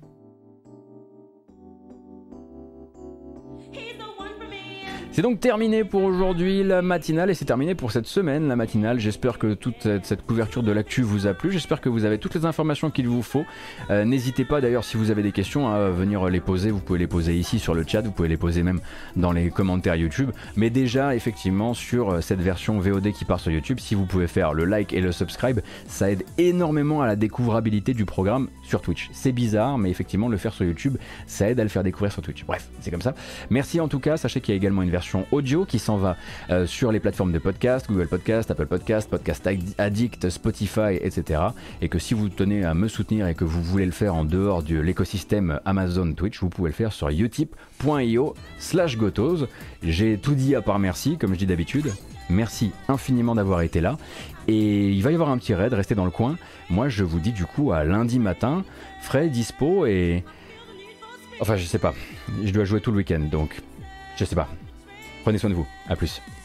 C'est donc terminé pour aujourd'hui la matinale, et c'est terminé pour cette semaine la matinale. J'espère que toute cette couverture de l'actu vous a plu, j'espère que vous avez toutes les informations qu'il vous faut. N'hésitez pas d'ailleurs, si vous avez des questions, à venir les poser. Vous pouvez les poser ici sur le chat, vous pouvez les poser même dans les commentaires YouTube, mais déjà effectivement sur cette version VOD qui part sur YouTube, si vous pouvez faire le like et le subscribe, ça aide énormément à la découvrabilité du programme sur Twitch. C'est bizarre, mais effectivement le faire sur YouTube, ça aide à le faire découvrir sur Twitch. Bref, c'est comme ça. Merci en tout cas, sachez qu'il y a également une version audio qui s'en va sur les plateformes de podcast, Google Podcast, Apple Podcast, Podcast Addict, Spotify, etc. Et que si vous tenez à me soutenir et que vous voulez le faire en dehors de l'écosystème Amazon Twitch, vous pouvez le faire sur utip.io/gotos. J'ai tout dit à part merci, comme je dis d'habitude. Merci infiniment d'avoir été là. Et il va y avoir un petit raid, restez dans le coin. Moi je vous dis du coup à lundi matin, frais, dispo et... Enfin je sais pas, je dois jouer tout le week-end, donc je sais pas. Prenez soin de vous, à plus.